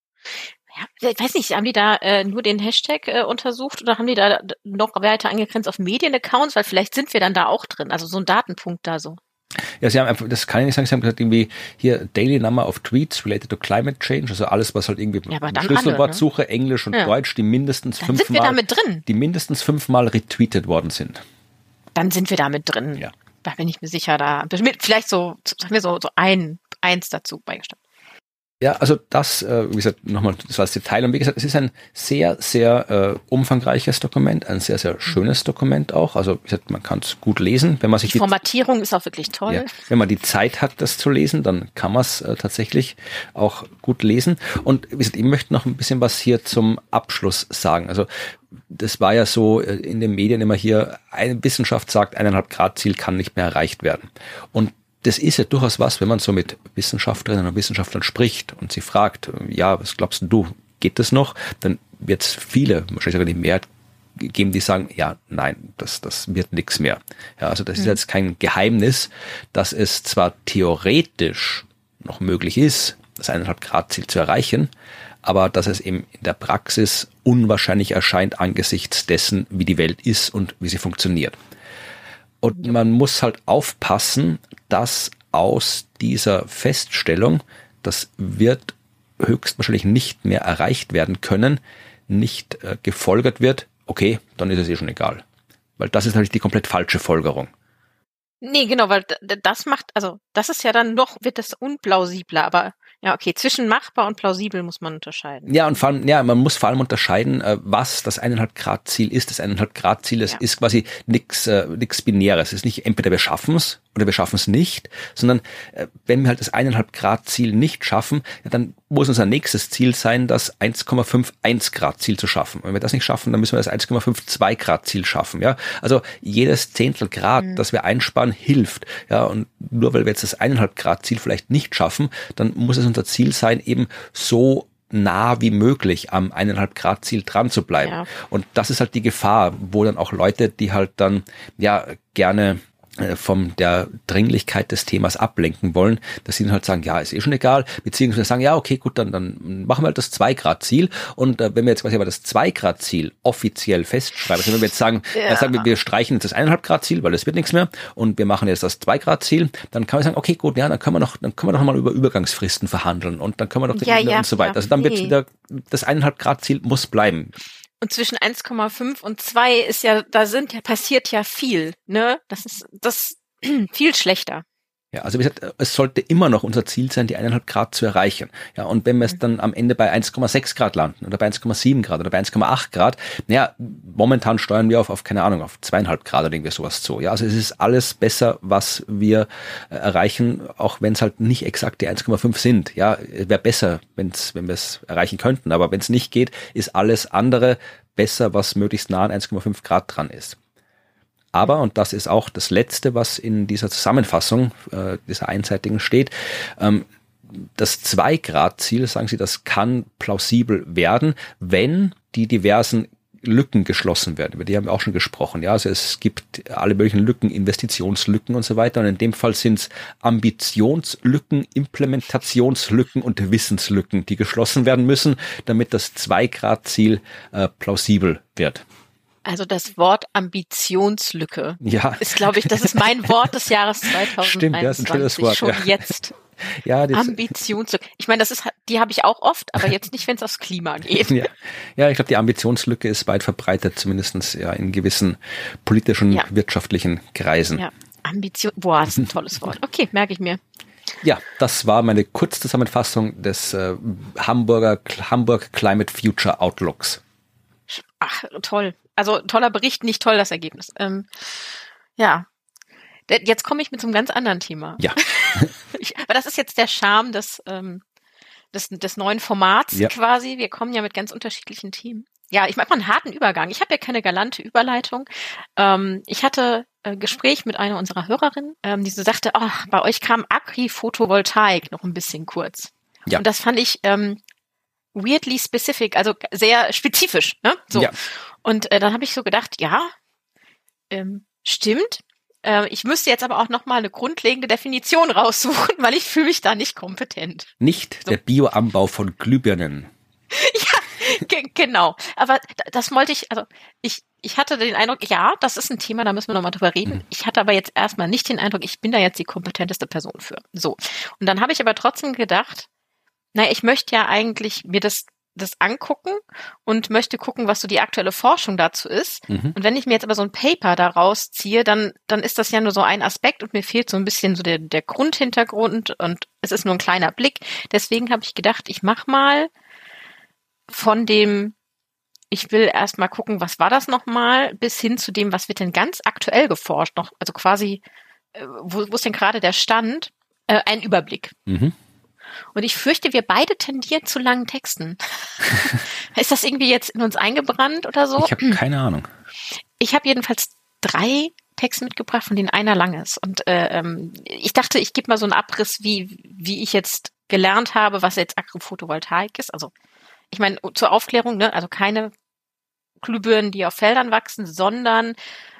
Ja, ich weiß nicht, haben die da äh, nur den Hashtag äh, untersucht oder haben die da noch weiter angegrenzt auf Medienaccounts? Weil vielleicht sind wir dann da auch drin, also so ein Datenpunkt da so. Ja, sie haben einfach, das kann ich nicht sagen, sie haben gesagt, irgendwie hier Daily Number of Tweets related to climate change, also alles, was halt irgendwie ja, Schlüsselwortsuche, ne? Englisch und ja. Deutsch, die mindestens dann fünfmal, sind wir da mit drin. die mindestens fünfmal retweetet worden sind. Dann sind wir da mit drin. Ja. Da bin ich mir sicher, da vielleicht so, sagen wir so, so ein, eins dazu beigestanden. Ja, also das, äh, wie gesagt, nochmal, das war das Detail. Und wie gesagt, es ist ein sehr, sehr äh, umfangreiches Dokument, ein sehr, sehr schönes Dokument auch. Also wie gesagt, man kann es gut lesen, wenn man sich die Formatierung die, ist auch wirklich toll. Ja, wenn man die Zeit hat, das zu lesen, dann kann man es äh, tatsächlich auch gut lesen. Und wie gesagt, ich möchte noch ein bisschen was hier zum Abschluss sagen. Also das war ja so äh, in den Medien immer hier, eine Wissenschaft sagt, eineinhalb Grad Ziel kann nicht mehr erreicht werden. Und das ist ja durchaus was, wenn man so mit Wissenschaftlerinnen und Wissenschaftlern spricht und sie fragt, ja, was glaubst du, geht das noch? Dann wird es viele, wahrscheinlich sogar die Mehrheit geben, die sagen, ja, nein, das, das wird nichts mehr. Ja, also das mhm. ist jetzt kein Geheimnis, dass es zwar theoretisch noch möglich ist, das eineinhalb Grad Ziel zu erreichen, aber dass es eben in der Praxis unwahrscheinlich erscheint angesichts dessen, wie die Welt ist und wie sie funktioniert. Und man muss halt aufpassen, dass aus dieser Feststellung, das wird höchstwahrscheinlich nicht mehr erreicht werden können, nicht äh, gefolgert wird, okay, dann ist es eh schon egal. Weil das ist natürlich die komplett falsche Folgerung. Nee, genau, weil das macht, also das ist ja dann noch, wird das unplausibler, aber ja, okay, zwischen machbar und plausibel muss man unterscheiden. Ja, und vor allem, ja, man muss vor allem unterscheiden, was das eineinhalb Grad Ziel ist. Das eineinhalb Grad Ziel, das ja. ist quasi nichts äh, nix Binäres. Es ist nicht entweder wir schaffen es oder wir schaffen es nicht, sondern äh, wenn wir halt das eineinhalb Grad Ziel nicht schaffen, ja, dann muss unser nächstes Ziel sein, das eins Komma fünfundfünfzig Grad Ziel zu schaffen. Und wenn wir das nicht schaffen, dann müssen wir das eins Komma zweiundfünfzig Grad Ziel schaffen. Ja, also jedes Zehntel Grad, mhm. das wir einsparen, hilft. Ja, und nur weil wir jetzt das eineinhalb Grad Ziel vielleicht nicht schaffen, dann muss es unser Ziel sein, eben so nah wie möglich am eineinhalb Grad Ziel dran zu bleiben. Ja. Und das ist halt die Gefahr, wo dann auch Leute, die halt dann ja gerne von der Dringlichkeit des Themas ablenken wollen, dass sie dann halt sagen, ja, ist eh schon egal, beziehungsweise sagen, ja, okay, gut, dann, dann machen wir halt das zwei Grad Ziel und äh, wenn wir jetzt quasi aber das zwei Grad Ziel offiziell festschreiben, also wenn wir jetzt sagen, ja. äh, sagen wir, wir streichen jetzt das ein Komma fünf Grad Ziel, weil das wird nichts mehr und wir machen jetzt das zwei Grad Ziel, dann kann man sagen, okay, gut, ja, dann können wir noch, dann können wir doch mal über Übergangsfristen verhandeln und dann können wir doch ja, ja, und so weiter. Also dann wird wieder, das ein Komma fünf Grad Ziel muss bleiben. Und zwischen eins Komma fünf und zwei ist ja, da sind ja, passiert ja viel, ne? Das ist, das viel schlechter. Ja, also wie gesagt, es sollte immer noch unser Ziel sein, die eineinhalb Grad zu erreichen. Ja, und wenn wir es dann am Ende bei eins Komma sechs Grad landen oder bei eins Komma sieben Grad oder bei eins Komma acht Grad, naja, momentan steuern wir auf, auf keine Ahnung, auf zweieinhalb Grad oder irgendwie sowas zu. Ja, also es ist alles besser, was wir äh, erreichen, auch wenn es halt nicht exakt die eins Komma fünf sind. Ja, wäre besser, wenn's, wenn wir es erreichen könnten. Aber wenn es nicht geht, ist alles andere besser, was möglichst nah an eins Komma fünf Grad dran ist. Aber, und das ist auch das Letzte, was in dieser Zusammenfassung, äh, dieser einseitigen steht, ähm, das zwei Grad Ziel, sagen Sie, das kann plausibel werden, wenn die diversen Lücken geschlossen werden. Über die haben wir auch schon gesprochen. Ja, also es gibt alle möglichen Lücken, Investitionslücken und so weiter. Und in dem Fall sind es Ambitionslücken, Implementationslücken und Wissenslücken, die geschlossen werden müssen, damit das zwei Grad Ziel äh, plausibel wird. Also das Wort Ambitionslücke ja. ist, glaube ich, das ist mein Wort des Jahres zweitausendeinundzwanzig. Stimmt, ja, ist ein schönes Wort, schon ja. jetzt. Ja, das Ambitionslücke. Ich meine, das ist, die habe ich auch oft, aber jetzt nicht, wenn es aufs Klima geht. Ja, ja, ich glaube, die Ambitionslücke ist weit verbreitet, zumindest ja in gewissen politischen, ja. wirtschaftlichen Kreisen. Ja, Ambition, boah, das ist ein tolles Wort. Okay, merke ich mir. Ja, das war meine Kurzzusammenfassung des äh, Hamburger Hamburg Climate Future Outlooks. Ach, toll. Also toller Bericht, nicht toll das Ergebnis. Ähm, ja, jetzt komme ich mit so einem ganz anderen Thema. Ja. ich, aber das ist jetzt der Charme des, ähm, des, des neuen Formats ja. quasi. Wir kommen ja mit ganz unterschiedlichen Themen. Ja, ich mache mal einen harten Übergang. Ich habe ja keine galante Überleitung. Ähm, ich hatte ein Gespräch mit einer unserer Hörerinnen, ähm, die so sagte, oh, bei euch kam Agri-Photovoltaik noch ein bisschen kurz. Ja. Und das fand ich ähm, weirdly specific, also sehr spezifisch. Ne? So. Ja. Und äh, dann habe ich so gedacht, ja, ähm, stimmt. Äh, ich müsste jetzt aber auch nochmal eine grundlegende Definition raussuchen, weil ich fühle mich da nicht kompetent. Nicht so. Der Bioanbau von Glühbirnen. Ja, g- genau. Aber das wollte ich, also ich ich hatte den Eindruck, ja, das ist ein Thema, da müssen wir nochmal drüber reden. Mhm. Ich hatte aber jetzt erstmal nicht den Eindruck, ich bin da jetzt die kompetenteste Person für. So. Und dann habe ich aber trotzdem gedacht, naja, ich möchte ja eigentlich mir das das angucken und möchte gucken, was so die aktuelle Forschung dazu ist. Mhm. Und wenn ich mir jetzt aber so ein Paper daraus ziehe, dann dann ist das ja nur so ein Aspekt und mir fehlt so ein bisschen so der der Grundhintergrund und es ist nur ein kleiner Blick. Deswegen habe ich gedacht, ich mache mal von dem, ich will erst mal gucken, was war das nochmal, bis hin zu dem, was wird denn ganz aktuell geforscht noch, also quasi, wo, wo ist denn gerade der Stand, äh, ein Überblick. Mhm. Und ich fürchte, wir beide tendieren zu langen Texten. Ist das irgendwie jetzt in uns eingebrannt oder so? Ich habe keine Ahnung. Ich habe jedenfalls drei Texte mitgebracht, von denen einer lang ist. Und äh, ich dachte, ich gebe mal so einen Abriss, wie wie ich jetzt gelernt habe, was jetzt Agri-Photovoltaik ist. Also ich meine, zur Aufklärung, ne, also keine Glühbirnen, die auf Feldern wachsen, sondern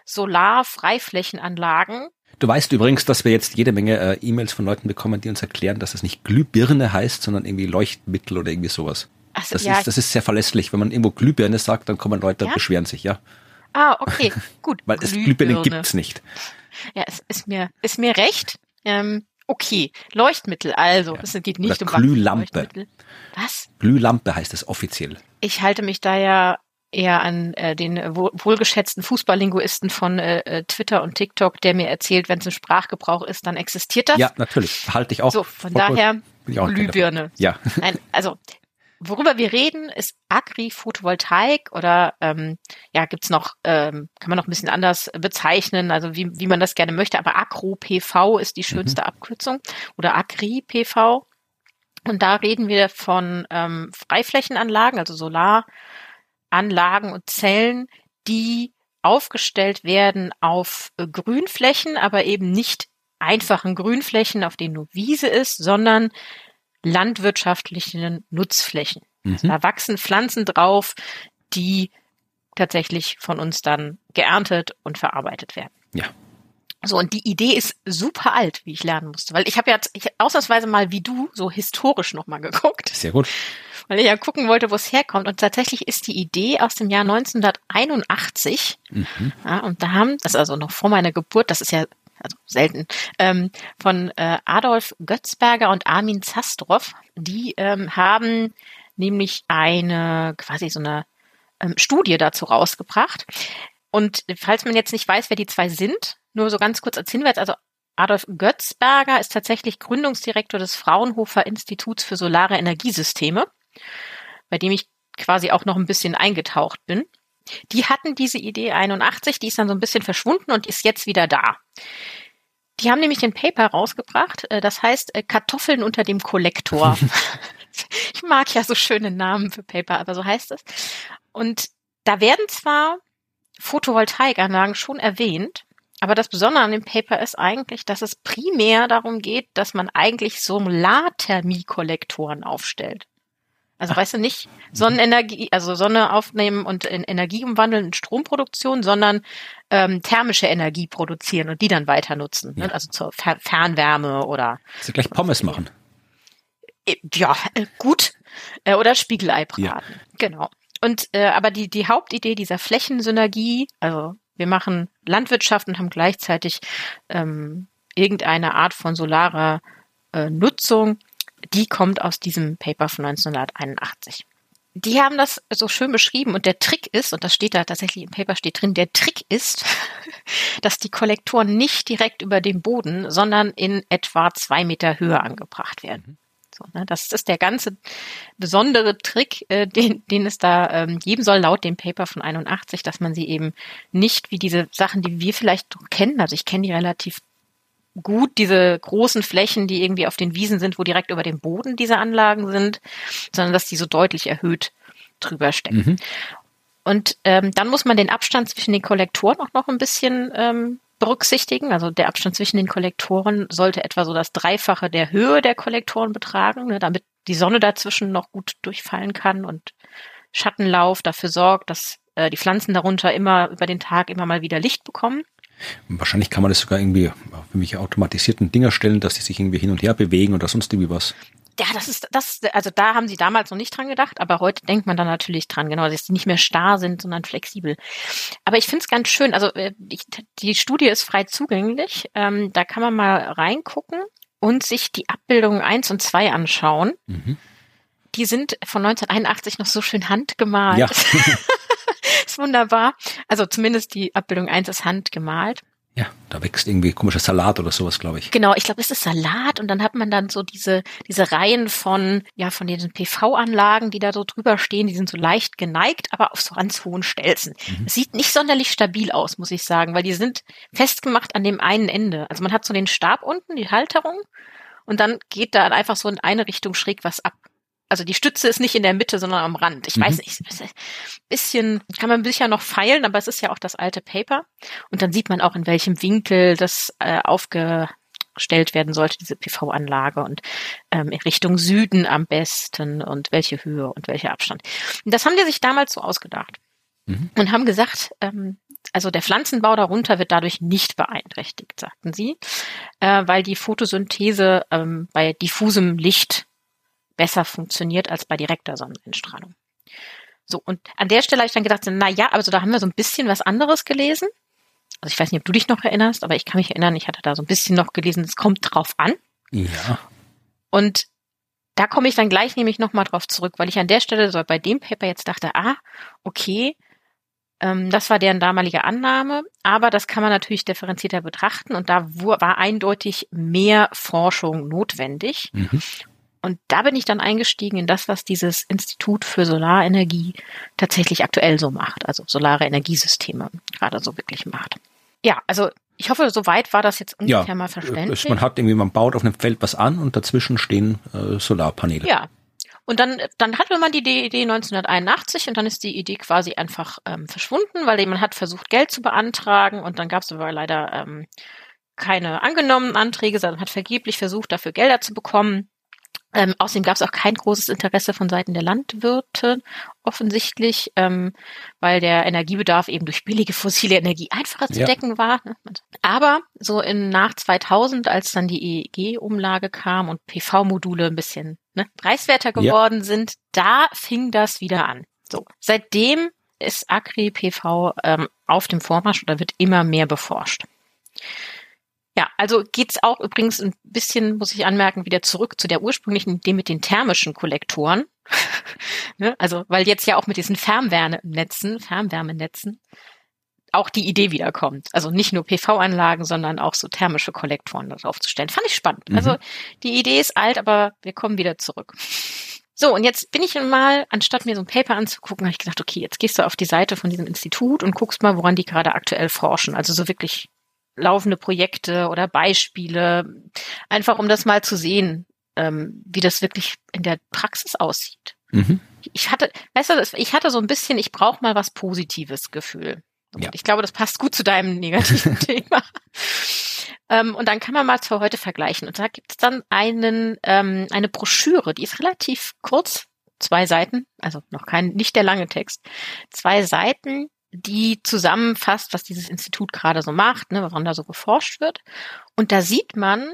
Solar-Freiflächenanlagen. Du weißt übrigens, dass wir jetzt jede Menge äh, E-Mails von Leuten bekommen, die uns erklären, dass es nicht Glühbirne heißt, sondern irgendwie Leuchtmittel oder irgendwie sowas. Ach so, das, ja, ist, das ist sehr verlässlich. Wenn man irgendwo Glühbirne sagt, dann kommen Leute, ja? beschweren sich, ja. Ah, okay, gut. Weil es Glühbirnen gibt's nicht. Ja, es ist mir, ist mir recht. Ähm, okay, Leuchtmittel, also, es ja. geht nicht oder um Glühlampe. Was? Glühlampe heißt es offiziell. Ich halte mich da ja eher an äh, den äh, wohlgeschätzten Fußballlinguisten von äh, Twitter und TikTok, der mir erzählt, wenn es ein Sprachgebrauch ist, dann existiert das. Ja, natürlich. Halte ich auch. So, von daher Glühbirne. Ja. Nein, also worüber wir reden, ist Agri-Photovoltaik oder ähm, ja, gibt's noch, ähm, kann man noch ein bisschen anders bezeichnen, also wie wie man das gerne möchte, aber Agro-P V ist die schönste mhm. Abkürzung oder Agri-P V. Und da reden wir von ähm, Freiflächenanlagen, also Solar Anlagen und Zellen, die aufgestellt werden auf äh, Grünflächen, aber eben nicht einfachen Grünflächen, auf denen nur Wiese ist, sondern landwirtschaftlichen Nutzflächen. Mhm. Also da wachsen Pflanzen drauf, die tatsächlich von uns dann geerntet und verarbeitet werden. Ja. So, und die Idee ist super alt, wie ich lernen musste. Weil ich habe ja ich, ausnahmsweise mal wie du so historisch nochmal geguckt. Sehr gut. Weil ich ja gucken wollte, wo es herkommt. Und tatsächlich ist die Idee aus dem Jahr neunzehnhunderteinundachtzig. Mhm. Ja, und da haben, das ist also noch vor meiner Geburt, das ist ja also selten, ähm, von äh, Adolf Götzberger und Armin Zastrow. Die ähm, haben nämlich eine, quasi so eine ähm, Studie dazu rausgebracht. Und falls man jetzt nicht weiß, wer die zwei sind, nur so ganz kurz als Hinweis, also Adolf Götzberger ist tatsächlich Gründungsdirektor des Fraunhofer Instituts für solare Energiesysteme, bei dem ich quasi auch noch ein bisschen eingetaucht bin. Die hatten diese Idee einundachtzig, die ist dann so ein bisschen verschwunden und ist jetzt wieder da. Die haben nämlich ein Paper rausgebracht, das heißt Kartoffeln unter dem Kollektor. Ich mag ja so schöne Namen für Paper, aber so heißt es. Und da werden zwar Photovoltaikanlagen schon erwähnt, aber das Besondere an dem Paper ist eigentlich, dass es primär darum geht, dass man eigentlich Solarthermie-Kollektoren aufstellt. Also weißt du, nicht Sonnenenergie, also Sonne aufnehmen und in Energie umwandeln in Stromproduktion, sondern ähm, thermische Energie produzieren und die dann weiter nutzen. Ja. Ne? Also zur Fer- Fernwärme oder... Sie gleich Pommes machen. Ja, äh, gut. Äh, oder Spiegelei braten. Ja. Genau. Und äh, aber die die Hauptidee dieser Flächensynergie, also wir machen Landwirtschaft und haben gleichzeitig ähm, irgendeine Art von solarer äh, Nutzung, die kommt aus diesem Paper von neunzehnhunderteinundachtzig. Die haben das so schön beschrieben und der Trick ist, und das steht da tatsächlich im Paper steht drin, der Trick ist, dass die Kollektoren nicht direkt über dem Boden, sondern in etwa zwei Meter Höhe angebracht werden. So, ne, das ist der ganze besondere Trick, äh, den, den es da ähm, geben soll, laut dem Paper von einundachtzig, dass man sie eben nicht wie diese Sachen, die wir vielleicht kennen, also ich kenne die relativ gut, diese großen Flächen, die irgendwie auf den Wiesen sind, wo direkt über dem Boden diese Anlagen sind, sondern dass die so deutlich erhöht drüber stecken. Mhm. Und ähm, dann muss man den Abstand zwischen den Kollektoren auch noch ein bisschen ähm, berücksichtigen. Also der Abstand zwischen den Kollektoren sollte etwa so das Dreifache der Höhe der Kollektoren betragen, ne, damit die Sonne dazwischen noch gut durchfallen kann und Schattenlauf dafür sorgt, dass äh, die Pflanzen darunter immer über den Tag immer mal wieder Licht bekommen. Wahrscheinlich kann man das sogar irgendwie auf irgendwelche automatisierten Dinger stellen, dass die sich irgendwie hin und her bewegen oder sonst irgendwie was. Ja, das ist, das, also da haben sie damals noch nicht dran gedacht, aber heute denkt man da natürlich dran, genau, dass die nicht mehr starr sind, sondern flexibel. Aber ich finde es ganz schön, also ich, die Studie ist frei zugänglich, ähm, da kann man mal reingucken und sich die Abbildungen eins und zwei anschauen. Mhm. Die sind von neunzehnhunderteinundachtzig noch so schön handgemalt. Ja. Ist wunderbar. Also zumindest die Abbildung eins ist handgemalt. Ja, da wächst irgendwie komischer Salat oder sowas, glaube ich. Genau, ich glaube, es ist Salat und dann hat man dann so diese diese Reihen von ja von diesen P V-Anlagen, die da so drüber stehen, die sind so leicht geneigt, aber auf so ganz hohen Stelzen. Mhm. Es sieht nicht sonderlich stabil aus, muss ich sagen, weil die sind festgemacht an dem einen Ende. Also man hat so den Stab unten, die Halterung und dann geht da einfach so in eine Richtung schräg was ab. Also die Stütze ist nicht in der Mitte, sondern am Rand. Ich mhm. weiß nicht, bisschen, kann man sicher noch feilen, aber es ist ja auch das alte Paper. Und dann sieht man auch, in welchem Winkel das äh, aufgestellt werden sollte, diese P V-Anlage und ähm, in Richtung Süden am besten und welche Höhe und welcher Abstand. Und das haben die sich damals so ausgedacht mhm. und haben gesagt, ähm, also der Pflanzenbau darunter wird dadurch nicht beeinträchtigt, sagten sie, äh, weil die Photosynthese ähm, bei diffusem Licht besser funktioniert als bei direkter Sonneneinstrahlung. So, und an der Stelle habe ich dann gedacht, na ja, also da haben wir so ein bisschen was anderes gelesen. Also ich weiß nicht, ob du dich noch erinnerst, aber ich kann mich erinnern, ich hatte da so ein bisschen noch gelesen, es kommt drauf an. Ja. Und da komme ich dann gleich nämlich nochmal drauf zurück, weil ich an der Stelle so bei dem Paper jetzt dachte, ah, okay, ähm, das war deren damalige Annahme, aber das kann man natürlich differenzierter betrachten und da war eindeutig mehr Forschung notwendig. Mhm. Und da bin ich dann eingestiegen in das, was dieses Institut für Solarenergie tatsächlich aktuell so macht, also solare Energiesysteme gerade so wirklich macht. Ja, also ich hoffe, soweit war das jetzt ungefähr ja, mal verständlich. Man hat irgendwie, man baut auf einem Feld was an und dazwischen stehen äh, Solarpaneele. Ja, und dann dann hatte man die Idee neunzehnhunderteinundachtzig und dann ist die Idee quasi einfach ähm, verschwunden, weil man hat versucht, Geld zu beantragen und dann gab es aber leider ähm, keine angenommenen Anträge, sondern hat vergeblich versucht, dafür Gelder zu bekommen. Ähm, außerdem gab es auch kein großes Interesse von Seiten der Landwirte offensichtlich, ähm, weil der Energiebedarf eben durch billige fossile Energie einfacher zu ja. decken war. Ne? Aber so in nach zweitausend, als dann die E E G-Umlage kam und P V-Module ein bisschen ne, preiswerter geworden ja. sind, da fing das wieder an. So, seitdem ist Acri-P V ähm, auf dem Vormarsch oder wird immer mehr beforscht. Ja, also geht's auch übrigens ein bisschen, muss ich anmerken, wieder zurück zu der ursprünglichen Idee mit den thermischen Kollektoren. ne? Also, weil jetzt ja auch mit diesen Fernwärmenetzen, Fernwärmenetzen auch die Idee wiederkommt. Also nicht nur P V-Anlagen, sondern auch so thermische Kollektoren darauf zu stellen. Fand ich spannend. Mhm. Also die Idee ist alt, aber wir kommen wieder zurück. So, und jetzt bin ich mal, anstatt mir so ein Paper anzugucken, habe ich gedacht, okay, jetzt gehst du auf die Seite von diesem Institut und guckst mal, woran die gerade aktuell forschen. Also so wirklich laufende Projekte oder Beispiele, einfach um das mal zu sehen, ähm, wie das wirklich in der Praxis aussieht. Mhm. Ich hatte, weißt du, ich hatte so ein bisschen, ich brauche mal was Positives Gefühl. Ja. Ich glaube, das passt gut zu deinem negativen Thema. Ähm, und dann kann man mal für heute vergleichen. Und da gibt es dann einen, ähm, eine Broschüre, die ist relativ kurz, zwei Seiten, also noch kein, nicht der lange Text, zwei Seiten, die zusammenfasst, was dieses Institut gerade so macht, ne, woran da so geforscht wird. Und da sieht man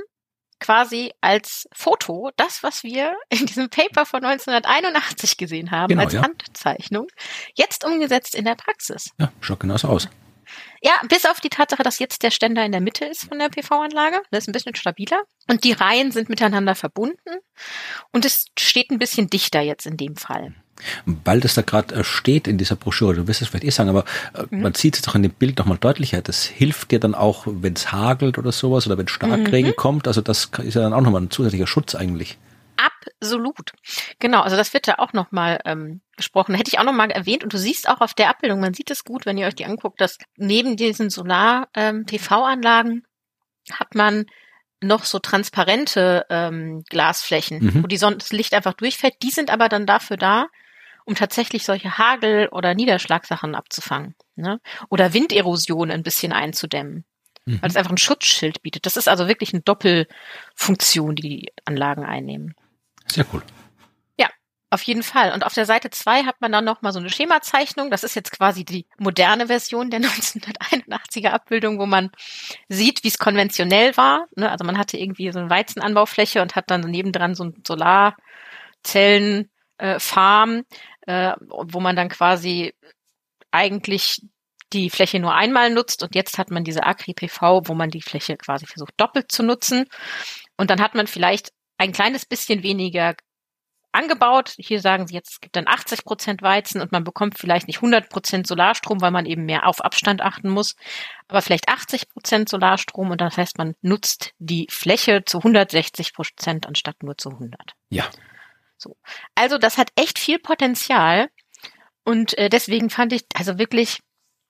quasi als Foto das, was wir in diesem Paper von neunzehnhunderteinundachtzig gesehen haben, genau, als ja. Handzeichnung, jetzt umgesetzt in der Praxis. Ja, schaut genauso aus. Ja, bis auf die Tatsache, dass jetzt der Ständer in der Mitte ist von der P V-Anlage. Das ist ein bisschen stabiler. Und die Reihen sind miteinander verbunden. Und es steht ein bisschen dichter jetzt in dem Fall. Weil das da gerade steht in dieser Broschüre, du wirst es vielleicht eh sagen, aber mhm. man sieht es doch in dem Bild nochmal deutlicher. Das hilft dir dann auch, wenn es hagelt oder sowas oder wenn Starkregen mhm. kommt. Also das ist ja dann auch nochmal ein zusätzlicher Schutz eigentlich. Absolut. Genau, also das wird da auch nochmal ähm, gesprochen. Hätte ich auch nochmal erwähnt und du siehst auch auf der Abbildung, man sieht es gut, wenn ihr euch die anguckt, dass neben diesen Solar-P V-Anlagen ähm, hat man noch so transparente ähm, Glasflächen, mhm. wo die Sonne, das Licht einfach durchfällt. Die sind aber dann dafür da, um tatsächlich solche Hagel- oder Niederschlagsachen abzufangen, ne? Oder Winderosion ein bisschen einzudämmen, mhm. weil es einfach ein Schutzschild bietet. Das ist also wirklich eine Doppelfunktion, die die Anlagen einnehmen. Sehr cool. Ja, auf jeden Fall. Und auf der Seite zwei hat man dann noch mal so eine Schemazeichnung. Das ist jetzt quasi die moderne Version der neunzehnhunderteinundachtziger Abbildung, wo man sieht, wie es konventionell war, ne? Also man hatte irgendwie so eine Weizenanbaufläche und hat dann nebendran so ein Solarzellen äh, Farm, äh, wo man dann quasi eigentlich die Fläche nur einmal nutzt und jetzt hat man diese Acri-P V, wo man die Fläche quasi versucht doppelt zu nutzen und dann hat man vielleicht ein kleines bisschen weniger angebaut. Hier sagen sie jetzt, es gibt dann achtzig Prozent Weizen und man bekommt vielleicht nicht hundert Prozent Solarstrom, weil man eben mehr auf Abstand achten muss, aber vielleicht achtzig Prozent Solarstrom und das heißt, man nutzt die Fläche zu hundertsechzig Prozent anstatt nur zu hundert. Ja. So. Also das hat echt viel Potenzial und äh, deswegen fand ich, also wirklich,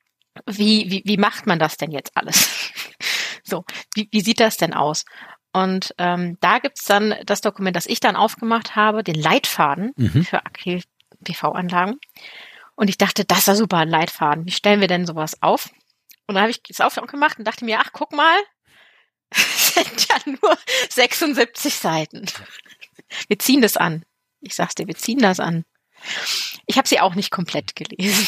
wie, wie, wie macht man das denn jetzt alles? so, wie, wie sieht das denn aus? Und ähm, da gibt's dann das Dokument, das ich dann aufgemacht habe, den Leitfaden mhm. für Acri-P V-Anlagen. Und ich dachte, das ist ja super, ein Leitfaden. Wie stellen wir denn sowas auf? Und dann habe ich es aufgemacht und dachte mir, ach, guck mal, es sind ja nur sechsundsiebzig Seiten. Wir ziehen das an. Ich sag's dir, wir ziehen das an. Ich habe sie auch nicht komplett gelesen.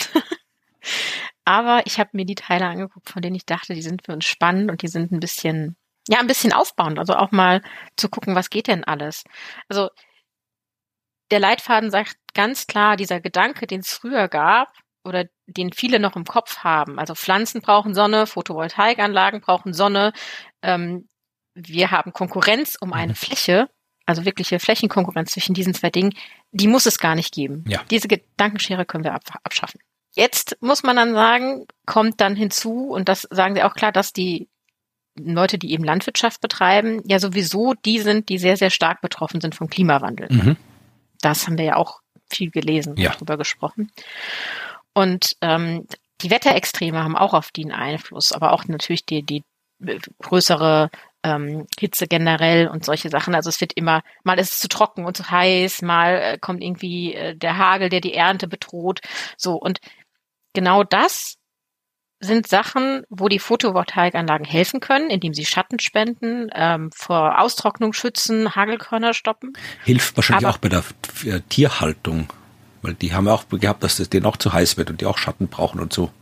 Aber ich habe mir die Teile angeguckt, von denen ich dachte, die sind für uns spannend und die sind ein bisschen... Ja, ein bisschen aufbauend, also auch mal zu gucken, was geht denn alles. Also der Leitfaden sagt ganz klar, dieser Gedanke, den es früher gab oder den viele noch im Kopf haben, also Pflanzen brauchen Sonne, Photovoltaikanlagen brauchen Sonne, ähm, wir haben Konkurrenz um eine Fläche, also wirkliche Flächenkonkurrenz zwischen diesen zwei Dingen, die muss es gar nicht geben. Ja. Diese Gedankenschere können wir ab- abschaffen. Jetzt muss man dann sagen, kommt dann hinzu, und das sagen sie auch klar, dass die Leute, die eben Landwirtschaft betreiben, ja sowieso die sind, die sehr, sehr stark betroffen sind vom Klimawandel. Mhm. Das haben wir ja auch viel gelesen, ja. darüber gesprochen. Und ähm, die Wetterextreme haben auch auf die einen Einfluss, aber auch natürlich die, die größere ähm, Hitze generell und solche Sachen. Also es wird immer, mal ist es zu trocken und zu heiß, mal äh, kommt irgendwie äh, der Hagel, der die Ernte bedroht. So, und genau das sind Sachen, wo die Photovoltaikanlagen helfen können, indem sie Schatten spenden, ähm, vor Austrocknung schützen, Hagelkörner stoppen. Hilft wahrscheinlich Aber, auch bei der äh, Tierhaltung, weil die haben ja auch gehabt, dass es denen auch zu heiß wird und die auch Schatten brauchen und so.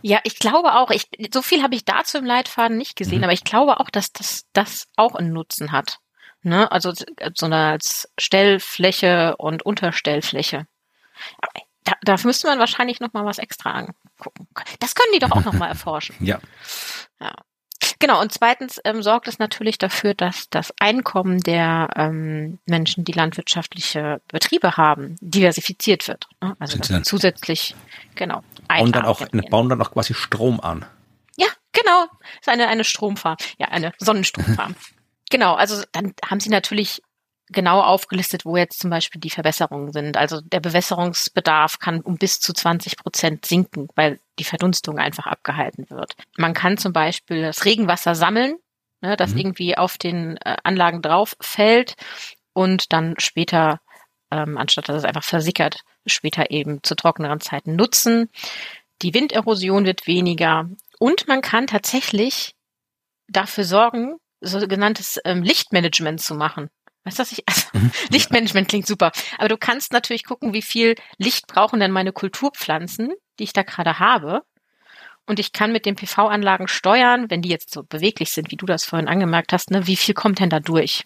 Ja, ich glaube auch, ich, so viel habe ich dazu im Leitfaden nicht gesehen, Mhm. aber ich glaube auch, dass das, das auch einen Nutzen hat. Ne? Also so eine als Stellfläche und Unterstellfläche. Aber Da, da müsste man wahrscheinlich noch mal was extra angucken. Das können die doch auch noch mal erforschen. Ja. Ja. Genau, und zweitens ähm, sorgt es natürlich dafür, dass das Einkommen der ähm, Menschen, die landwirtschaftliche Betriebe haben, diversifiziert wird. Ne? Also dass sie zusätzlich, genau, bauen dann, auch, generieren. bauen dann auch quasi Strom an. Ja, genau. Das ist eine, eine Stromfarm. Ja, eine Sonnenstromfarm. Genau, also dann haben sie natürlich genau aufgelistet, wo jetzt zum Beispiel die Verbesserungen sind. Also der Bewässerungsbedarf kann um bis zu zwanzig Prozent sinken, weil die Verdunstung einfach abgehalten wird. Man kann zum Beispiel das Regenwasser sammeln, ne, das Mhm. irgendwie auf den äh, Anlagen drauf fällt und dann später, ähm, anstatt dass es einfach versickert, später eben zu trockeneren Zeiten nutzen. Die Winderosion wird weniger und man kann tatsächlich dafür sorgen, sogenanntes ähm, Lichtmanagement zu machen. Weißt du, was ich, also, Mhm. Lichtmanagement klingt super. Aber du kannst natürlich gucken, wie viel Licht brauchen denn meine Kulturpflanzen, die ich da gerade habe. Und ich kann mit den P V-Anlagen steuern, wenn die jetzt so beweglich sind, wie du das vorhin angemerkt hast, ne, wie viel kommt denn da durch?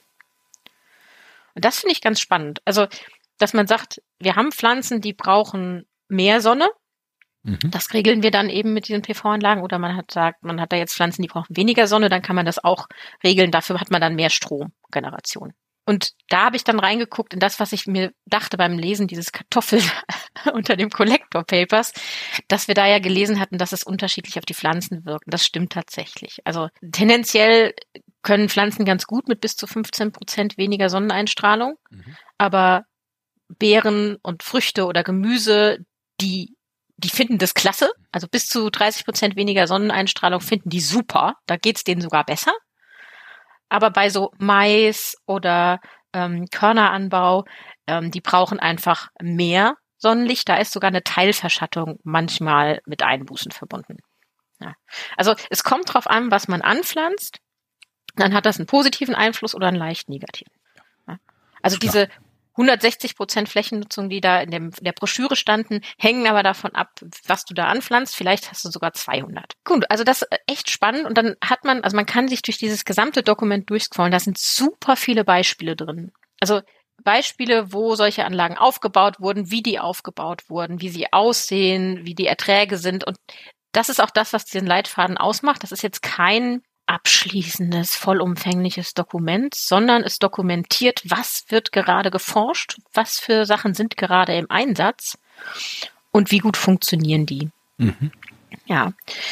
Und das finde ich ganz spannend. Also, dass man sagt, wir haben Pflanzen, die brauchen mehr Sonne. Mhm. Das regeln wir dann eben mit diesen P V-Anlagen. Oder man hat sagt, man hat da jetzt Pflanzen, die brauchen weniger Sonne, dann kann man das auch regeln. Dafür hat man dann mehr Stromgeneration. Und da habe ich dann reingeguckt in das, was ich mir dachte beim Lesen dieses Kartoffel unter dem Collector Papers, dass wir da ja gelesen hatten, dass es unterschiedlich auf die Pflanzen wirkt. Das stimmt tatsächlich. Also tendenziell können Pflanzen ganz gut mit bis zu fünfzehn Prozent weniger Sonneneinstrahlung, Mhm. aber Beeren und Früchte oder Gemüse, die die finden das klasse. Also bis zu dreißig Prozent weniger Sonneneinstrahlung finden die super. Da geht's denen sogar besser. Aber bei so Mais oder ähm, Körneranbau, ähm, die brauchen einfach mehr Sonnenlicht. Da ist sogar eine Teilverschattung manchmal mit Einbußen verbunden. Ja. Also es kommt drauf an, was man anpflanzt. Dann hat das einen positiven Einfluss oder einen leicht negativen. Ja. Also Klar. diese hundertsechzig Prozent Flächennutzung, die da in, dem, in der Broschüre standen, hängen aber davon ab, was du da anpflanzt. Vielleicht hast du sogar zweihundert. Gut, also das ist echt spannend. Und dann hat man, also man kann sich durch dieses gesamte Dokument durchscrollen. Da sind super viele Beispiele drin. Also Beispiele, wo solche Anlagen aufgebaut wurden, wie die aufgebaut wurden, wie sie aussehen, wie die Erträge sind. Und das ist auch das, was diesen Leitfaden ausmacht. Das ist jetzt kein abschließendes, vollumfängliches Dokument, sondern es dokumentiert, was wird gerade geforscht, was für Sachen sind gerade im Einsatz und wie gut funktionieren die. Mhm. Ja.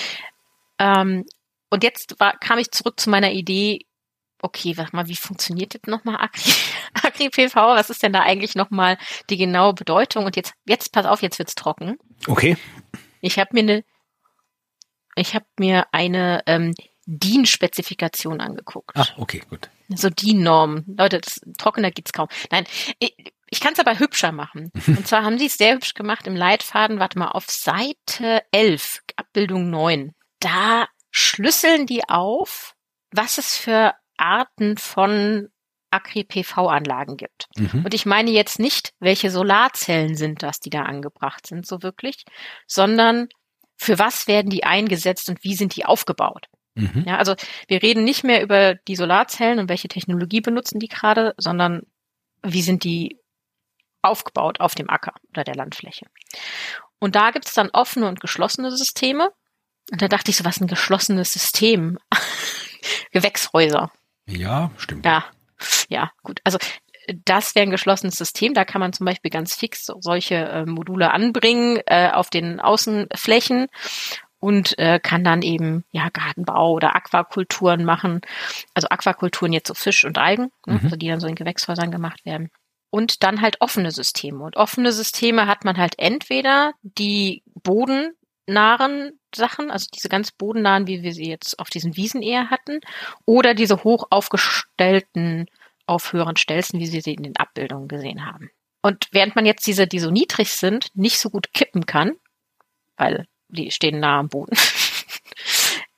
Ähm, und jetzt war, kam ich zurück zu meiner Idee, okay, warte mal, wie funktioniert jetzt nochmal Agri, Agri-P V? Was ist denn da eigentlich nochmal die genaue Bedeutung? Und jetzt, jetzt pass auf, jetzt wird's trocken. Okay. Ich habe mir eine, ich habe mir eine ähm, D I N-Spezifikation angeguckt. Ah, okay, gut. So D I N-Normen. Leute, das, trockener geht's kaum. Nein, ich, ich kann es aber hübscher machen. Und zwar haben sie es sehr hübsch gemacht im Leitfaden, warte mal, auf Seite elf, Abbildung neun. Da schlüsseln die auf, was es für Arten von Agri-P V-Anlagen gibt. Mhm. Und ich meine jetzt nicht, welche Solarzellen sind das, die da angebracht sind, so wirklich, sondern für was werden die eingesetzt und wie sind die aufgebaut? Mhm. Ja, also wir reden nicht mehr über die Solarzellen und welche Technologie benutzen die gerade, sondern wie sind die aufgebaut auf dem Acker oder der Landfläche. Und da gibt es dann offene und geschlossene Systeme. Und da dachte ich so, was ein geschlossenes System? Gewächshäuser. Ja, stimmt. Ja, ja, gut. Also das wäre ein geschlossenes System. Da kann man zum Beispiel ganz fix so, solche äh, Module anbringen äh, auf den Außenflächen. Und äh, kann dann eben ja Gartenbau oder Aquakulturen machen. Also Aquakulturen jetzt so Fisch und Algen, ne, Mhm. also die dann so in Gewächshäusern gemacht werden. Und dann halt offene Systeme. Und offene Systeme hat man halt entweder die bodennahen Sachen, also diese ganz bodennahen, wie wir sie jetzt auf diesen Wiesen eher hatten, oder diese hoch aufgestellten auf höheren Stelzen, wie wir sie in den Abbildungen gesehen haben. Und während man jetzt diese, die so niedrig sind, nicht so gut kippen kann, weil die stehen nah am Boden,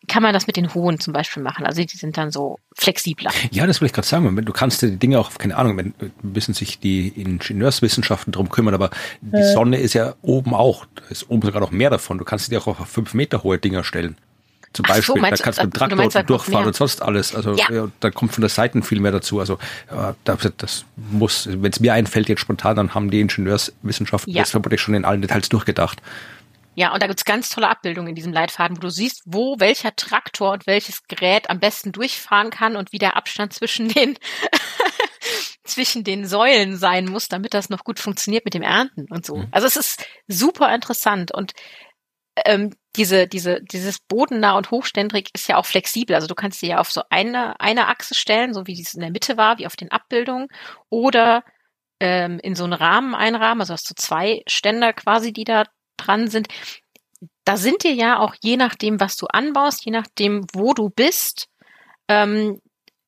kann man das mit den hohen zum Beispiel machen. Also die sind dann so flexibler. Ja, das will ich gerade sagen. Du kannst dir die Dinge auch, keine Ahnung, wenn müssen sich die Ingenieurswissenschaften drum kümmern, aber die äh. Sonne ist ja oben auch, da ist oben sogar noch mehr davon. Du kannst dir auch auf fünf Meter hohe Dinger stellen. Zum Ach Beispiel, so, da kannst du mit dem Traktor meinst, durchfahren und sonst alles. Also ja. Ja, da kommt von der Seite viel mehr dazu. Also ja, das muss, wenn es mir einfällt jetzt spontan, dann haben die Ingenieurswissenschaften ja. das vermutlich schon in allen Details durchgedacht. Ja, und da gibt's ganz tolle Abbildungen in diesem Leitfaden, wo du siehst, wo welcher Traktor und welches Gerät am besten durchfahren kann und wie der Abstand zwischen den zwischen den Säulen sein muss, damit das noch gut funktioniert mit dem Ernten und so. Mhm. Also es ist super interessant und ähm, diese diese dieses bodennah und hochständrig ist ja auch flexibel. Also du kannst sie ja auf so eine eine Achse stellen, so wie es in der Mitte war, wie auf den Abbildungen, oder ähm, in so einen Rahmen einrahmen. Also hast du zwei Ständer quasi, die da dran sind. Da sind dir ja auch je nachdem, was du anbaust, je nachdem, wo du bist, ähm,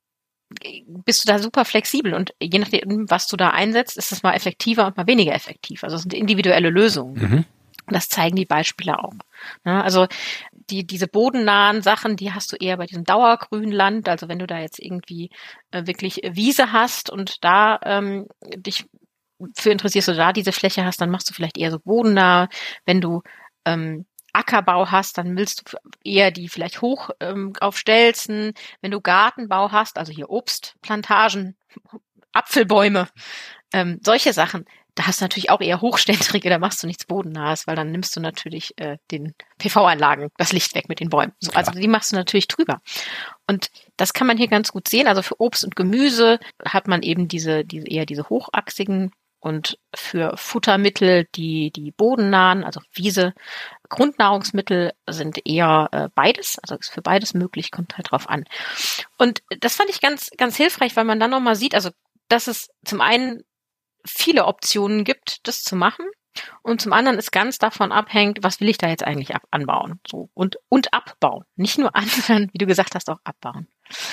bist du da super flexibel und je nachdem, was du da einsetzt, ist es mal effektiver und mal weniger effektiv. Also es sind individuelle Lösungen. Mhm. Und das zeigen die Beispiele auch. Ja, also die diese bodennahen Sachen, die hast du eher bei diesem Dauergrünland. Also wenn du da jetzt irgendwie äh, wirklich Wiese hast und da ähm, dich für interessierst du da diese Fläche hast, dann machst du vielleicht eher so bodennah. Wenn du ähm, Ackerbau hast, dann willst du eher die vielleicht hoch ähm, auf Stelzen. Wenn du Gartenbau hast, also hier Obstplantagen, Apfelbäume, ähm, solche Sachen, da hast du natürlich auch eher hochständrige, da machst du nichts Bodennahes, weil dann nimmst du natürlich äh, den P V-Anlagen, das Licht weg mit den Bäumen. So, also die machst du natürlich drüber. Und das kann man hier ganz gut sehen. Also für Obst und Gemüse hat man eben diese, diese eher diese hochachsigen und für Futtermittel die die bodennahen, also Wiese, Grundnahrungsmittel sind eher äh, beides, also ist für beides möglich, kommt halt drauf an. Und das fand ich ganz ganz hilfreich, weil man dann nochmal sieht, also dass es zum einen viele Optionen gibt, das zu machen, und zum anderen ist ganz davon abhängt, was will ich da jetzt eigentlich ab anbauen, so und und abbauen, nicht nur anfangen, wie du gesagt hast, auch abbauen.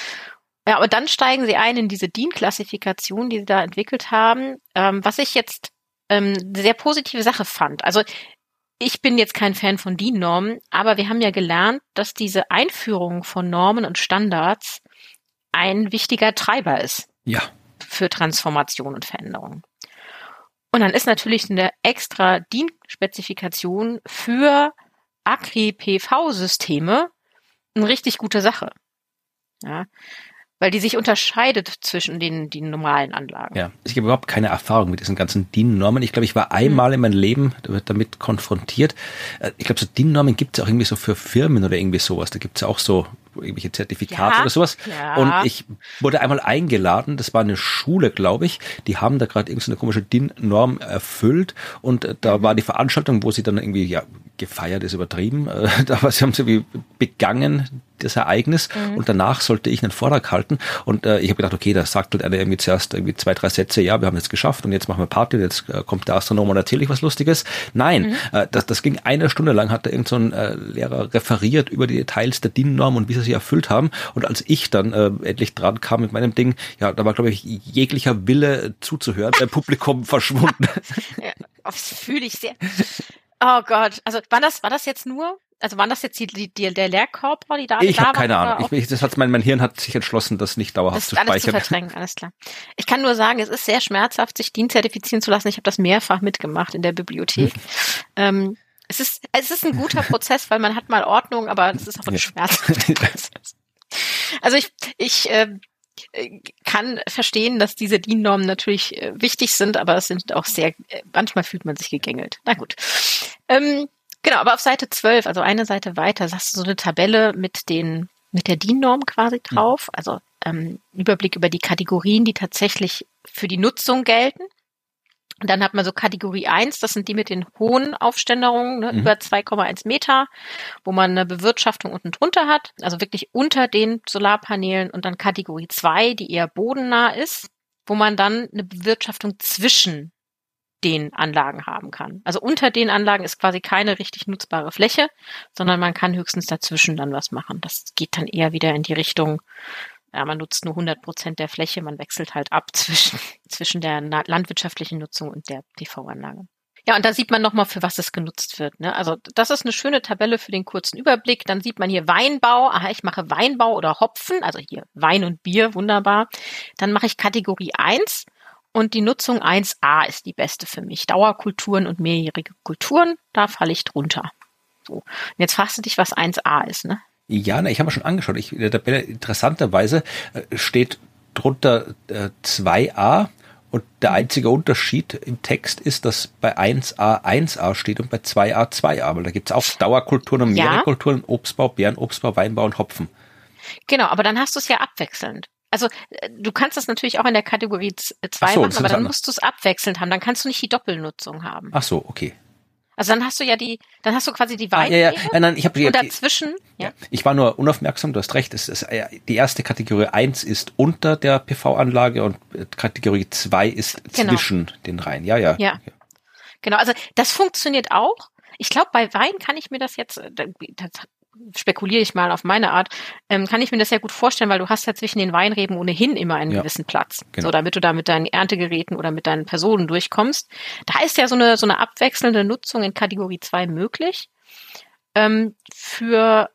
Ja, aber dann steigen sie ein in diese D I N-Klassifikation, die sie da entwickelt haben, ähm, was ich jetzt ähm, sehr positive Sache fand. Also ich bin jetzt kein Fan von D I N-Normen, aber wir haben ja gelernt, dass diese Einführung von Normen und Standards ein wichtiger Treiber ist. Ja. Für Transformation und Veränderung. Und dann ist natürlich eine extra D I N-Spezifikation für Agri-P V-Systeme eine richtig gute Sache. Ja, weil die sich unterscheidet zwischen den, den normalen Anlagen. Ja, ich habe überhaupt keine Erfahrung mit diesen ganzen D I N-Normen. Ich glaube, ich war einmal in meinem Leben damit konfrontiert. Ich glaube, so D I N-Normen gibt es auch irgendwie so für Firmen oder irgendwie sowas. Da gibt es auch so irgendwelche Zertifikate ja, oder sowas. Ja. Und ich wurde einmal eingeladen, das war eine Schule, glaube ich, die haben da gerade irgendeine komische D I N-Norm erfüllt und da war die Veranstaltung, wo sie dann irgendwie, ja, gefeiert ist übertrieben, da sie haben sie irgendwie begangen, das Ereignis, mhm. und danach sollte ich einen Vortrag halten und äh, ich habe gedacht, okay, da sagt halt einer irgendwie zuerst irgendwie zwei, drei Sätze, ja, wir haben es geschafft und jetzt machen wir Party und jetzt äh, kommt der Astronom und erzähle ich was Lustiges. Nein, mhm. äh, das, das ging eine Stunde lang, hat da irgend so ein äh, Lehrer referiert über die Details der D I N-Norm und wie sie sie erfüllt haben, und als ich dann äh, endlich dran kam mit meinem Ding, ja, da war, glaube ich, jeglicher Wille zuzuhören, beim Publikum verschwunden. Ja, das fühle ich sehr. Oh Gott, also war das, war das jetzt nur, also waren das jetzt die, die, der Lehrkörper, die da Ich da habe keine Ahnung. Ich, das hat mein, mein Hirn hat sich entschlossen, das nicht dauerhaft das zu speichern. Alles zu verdrängen, alles klar. Ich kann nur sagen, es ist sehr schmerzhaft, sich D I N zertifizieren zu lassen. Ich habe das mehrfach mitgemacht in der Bibliothek. ähm, es ist, es ist ein guter Prozess, weil man hat mal Ordnung, aber es ist auch ein ja. schmerzhafter Prozess. Also ich, ich äh, kann verstehen, dass diese D I N-Normen natürlich äh, wichtig sind, aber es sind auch sehr, äh, manchmal fühlt man sich gegängelt. Na gut. Ähm, genau, aber auf Seite zwölf, also eine Seite weiter, hast du so eine Tabelle mit den, mit der D I N-Norm quasi drauf, also ähm, Überblick über die Kategorien, die tatsächlich für die Nutzung gelten. Und dann hat man so Kategorie eins, das sind die mit den hohen Aufständerungen, ne, mhm. über zwei Komma eins Meter, wo man eine Bewirtschaftung unten drunter hat, also wirklich unter den Solarpanelen, und dann Kategorie zwei, die eher bodennah ist, wo man dann eine Bewirtschaftung zwischen den Anlagen haben kann. Also unter den Anlagen ist quasi keine richtig nutzbare Fläche, sondern man kann höchstens dazwischen dann was machen. Das geht dann eher wieder in die Richtung, ja, man nutzt nur hundert Prozent der Fläche, man wechselt halt ab zwischen, zwischen der landwirtschaftlichen Nutzung und der P V-Anlage. Ja, und da sieht man nochmal, für was es genutzt wird. Ne? Also das ist eine schöne Tabelle für den kurzen Überblick. Dann sieht man hier Weinbau. Aha, ich mache Weinbau oder Hopfen. Also hier Wein und Bier, wunderbar. Dann mache ich Kategorie eins und die Nutzung eins a ist die beste für mich. Dauerkulturen und mehrjährige Kulturen, da falle ich drunter. So. Und jetzt fragst du dich, was eins a ist, ne? Ja, na, ich habe mir schon angeschaut. Ich, in der Tabelle interessanterweise äh, steht drunter äh, zwei a. Und der einzige Unterschied im Text ist, dass bei eins a eins a steht und bei zwei a zwei a, weil da gibt's auch Dauerkulturen und mehrere Ja. Kulturen, Obstbau, Beerenobstbau, Weinbau und Hopfen. Genau, aber dann hast du es ja abwechselnd. Also äh, du kannst das natürlich auch in der Kategorie zwei Ach so, machen, das aber ist dann anders. musst du es abwechselnd haben. Dann kannst du nicht die Doppelnutzung haben. Ach so, okay. Also dann hast du ja die, dann hast du quasi die Ah, ja, ja. Weinrebe Nein, nein, ich habe und dazwischen, ja. ja, ich war nur unaufmerksam, du hast recht, es ist, äh, die erste Kategorie eins ist unter der P V-Anlage und äh, Kategorie zwei ist Genau. zwischen den Reihen. Ja, ja. Ja. Genau, also das funktioniert auch. Ich glaube, bei Wein kann ich mir das jetzt, äh, das spekuliere ich mal auf meine Art, ähm, kann ich mir das sehr gut vorstellen, weil du hast ja zwischen den Weinreben ohnehin immer einen Ja. gewissen Platz, Genau. so damit du da mit deinen Erntegeräten oder mit deinen Personen durchkommst. Da ist ja so eine so eine abwechselnde Nutzung in Kategorie zwei möglich. Ähm, für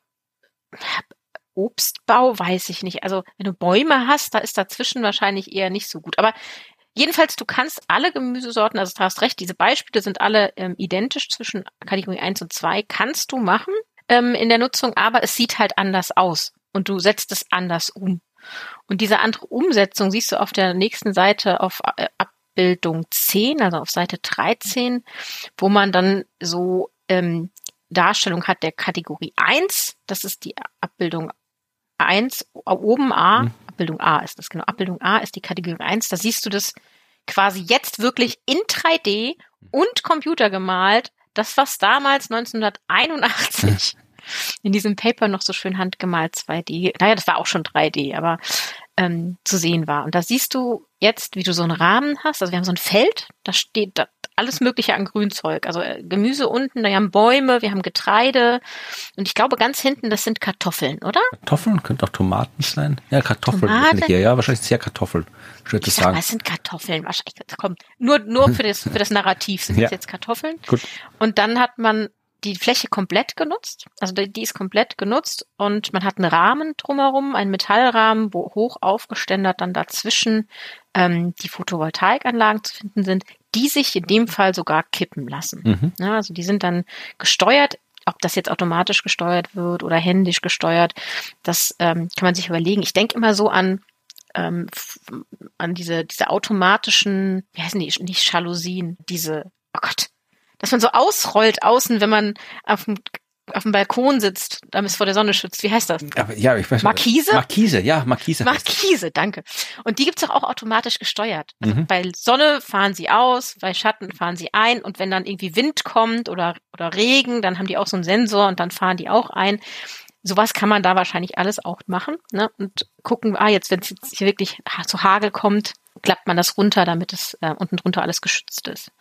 Obstbau weiß ich nicht. Also wenn du Bäume hast, da ist dazwischen wahrscheinlich eher nicht so gut. Aber jedenfalls, du kannst alle Gemüsesorten, also du hast recht, diese Beispiele sind alle ähm, identisch zwischen Kategorie eins und zwei, kannst du machen ähm, in der Nutzung, aber es sieht halt anders aus und du setzt es anders um. Und diese andere Umsetzung siehst du auf der nächsten Seite auf äh, Abbildung zehn, also auf Seite dreizehn, wo man dann so ähm, Darstellung hat der Kategorie eins, das ist die Abbildung eins, oben A, Mhm. Abbildung A ist das, genau, Abbildung A ist die Kategorie eins, da siehst du das quasi jetzt wirklich in drei D und Computer gemalt, das, was damals neunzehnhunderteinundachtzig in diesem Paper noch so schön handgemalt zwei D, naja, das war auch schon drei D, aber ähm, zu sehen war. Und da siehst du jetzt, wie du so einen Rahmen hast, also wir haben so ein Feld, da steht da alles Mögliche an Grünzeug, also äh, Gemüse unten, wir haben Bäume, wir haben Getreide und ich glaube ganz hinten, das sind Kartoffeln, oder? Kartoffeln, könnte auch Tomaten sein. Ja, Kartoffeln. Tomate? Hier. Ja, wahrscheinlich sehr Kartoffeln. Schwer zu Ich sag sagen. mal, es sind Kartoffeln, wahrscheinlich, komm, nur, nur für das, für das Narrativ sind Ja. es jetzt Kartoffeln. Gut. Und dann hat man die Fläche komplett genutzt, also die, die ist komplett genutzt und man hat einen Rahmen drumherum, einen Metallrahmen, wo hoch aufgeständert dann dazwischen ähm, die Photovoltaikanlagen zu finden sind, die sich in dem Fall sogar kippen lassen. Mhm. Ja, also die sind dann gesteuert, ob das jetzt automatisch gesteuert wird oder händisch gesteuert, das ähm, kann man sich überlegen. Ich denke immer so an ähm, f- an diese diese automatischen, wie heißen die, nicht Jalousien, diese, oh Gott, dass man so ausrollt außen, wenn man auf dem, auf dem Balkon sitzt, damit es vor der Sonne schützt. Wie heißt das? Aber, ja, ich weiß Markise? Markise, ja, Markise. heißt das. Markise, danke. Und die gibt's doch auch automatisch gesteuert. Also Mhm. bei Sonne fahren sie aus, bei Schatten fahren sie ein und wenn dann irgendwie Wind kommt oder, oder Regen, dann haben die auch so einen Sensor und dann fahren die auch ein. Sowas kann man da wahrscheinlich alles auch machen, ne? Und gucken, ah, jetzt, wenn es jetzt hier wirklich zu Hagel kommt, klappt man das runter, damit es äh, unten drunter alles geschützt ist.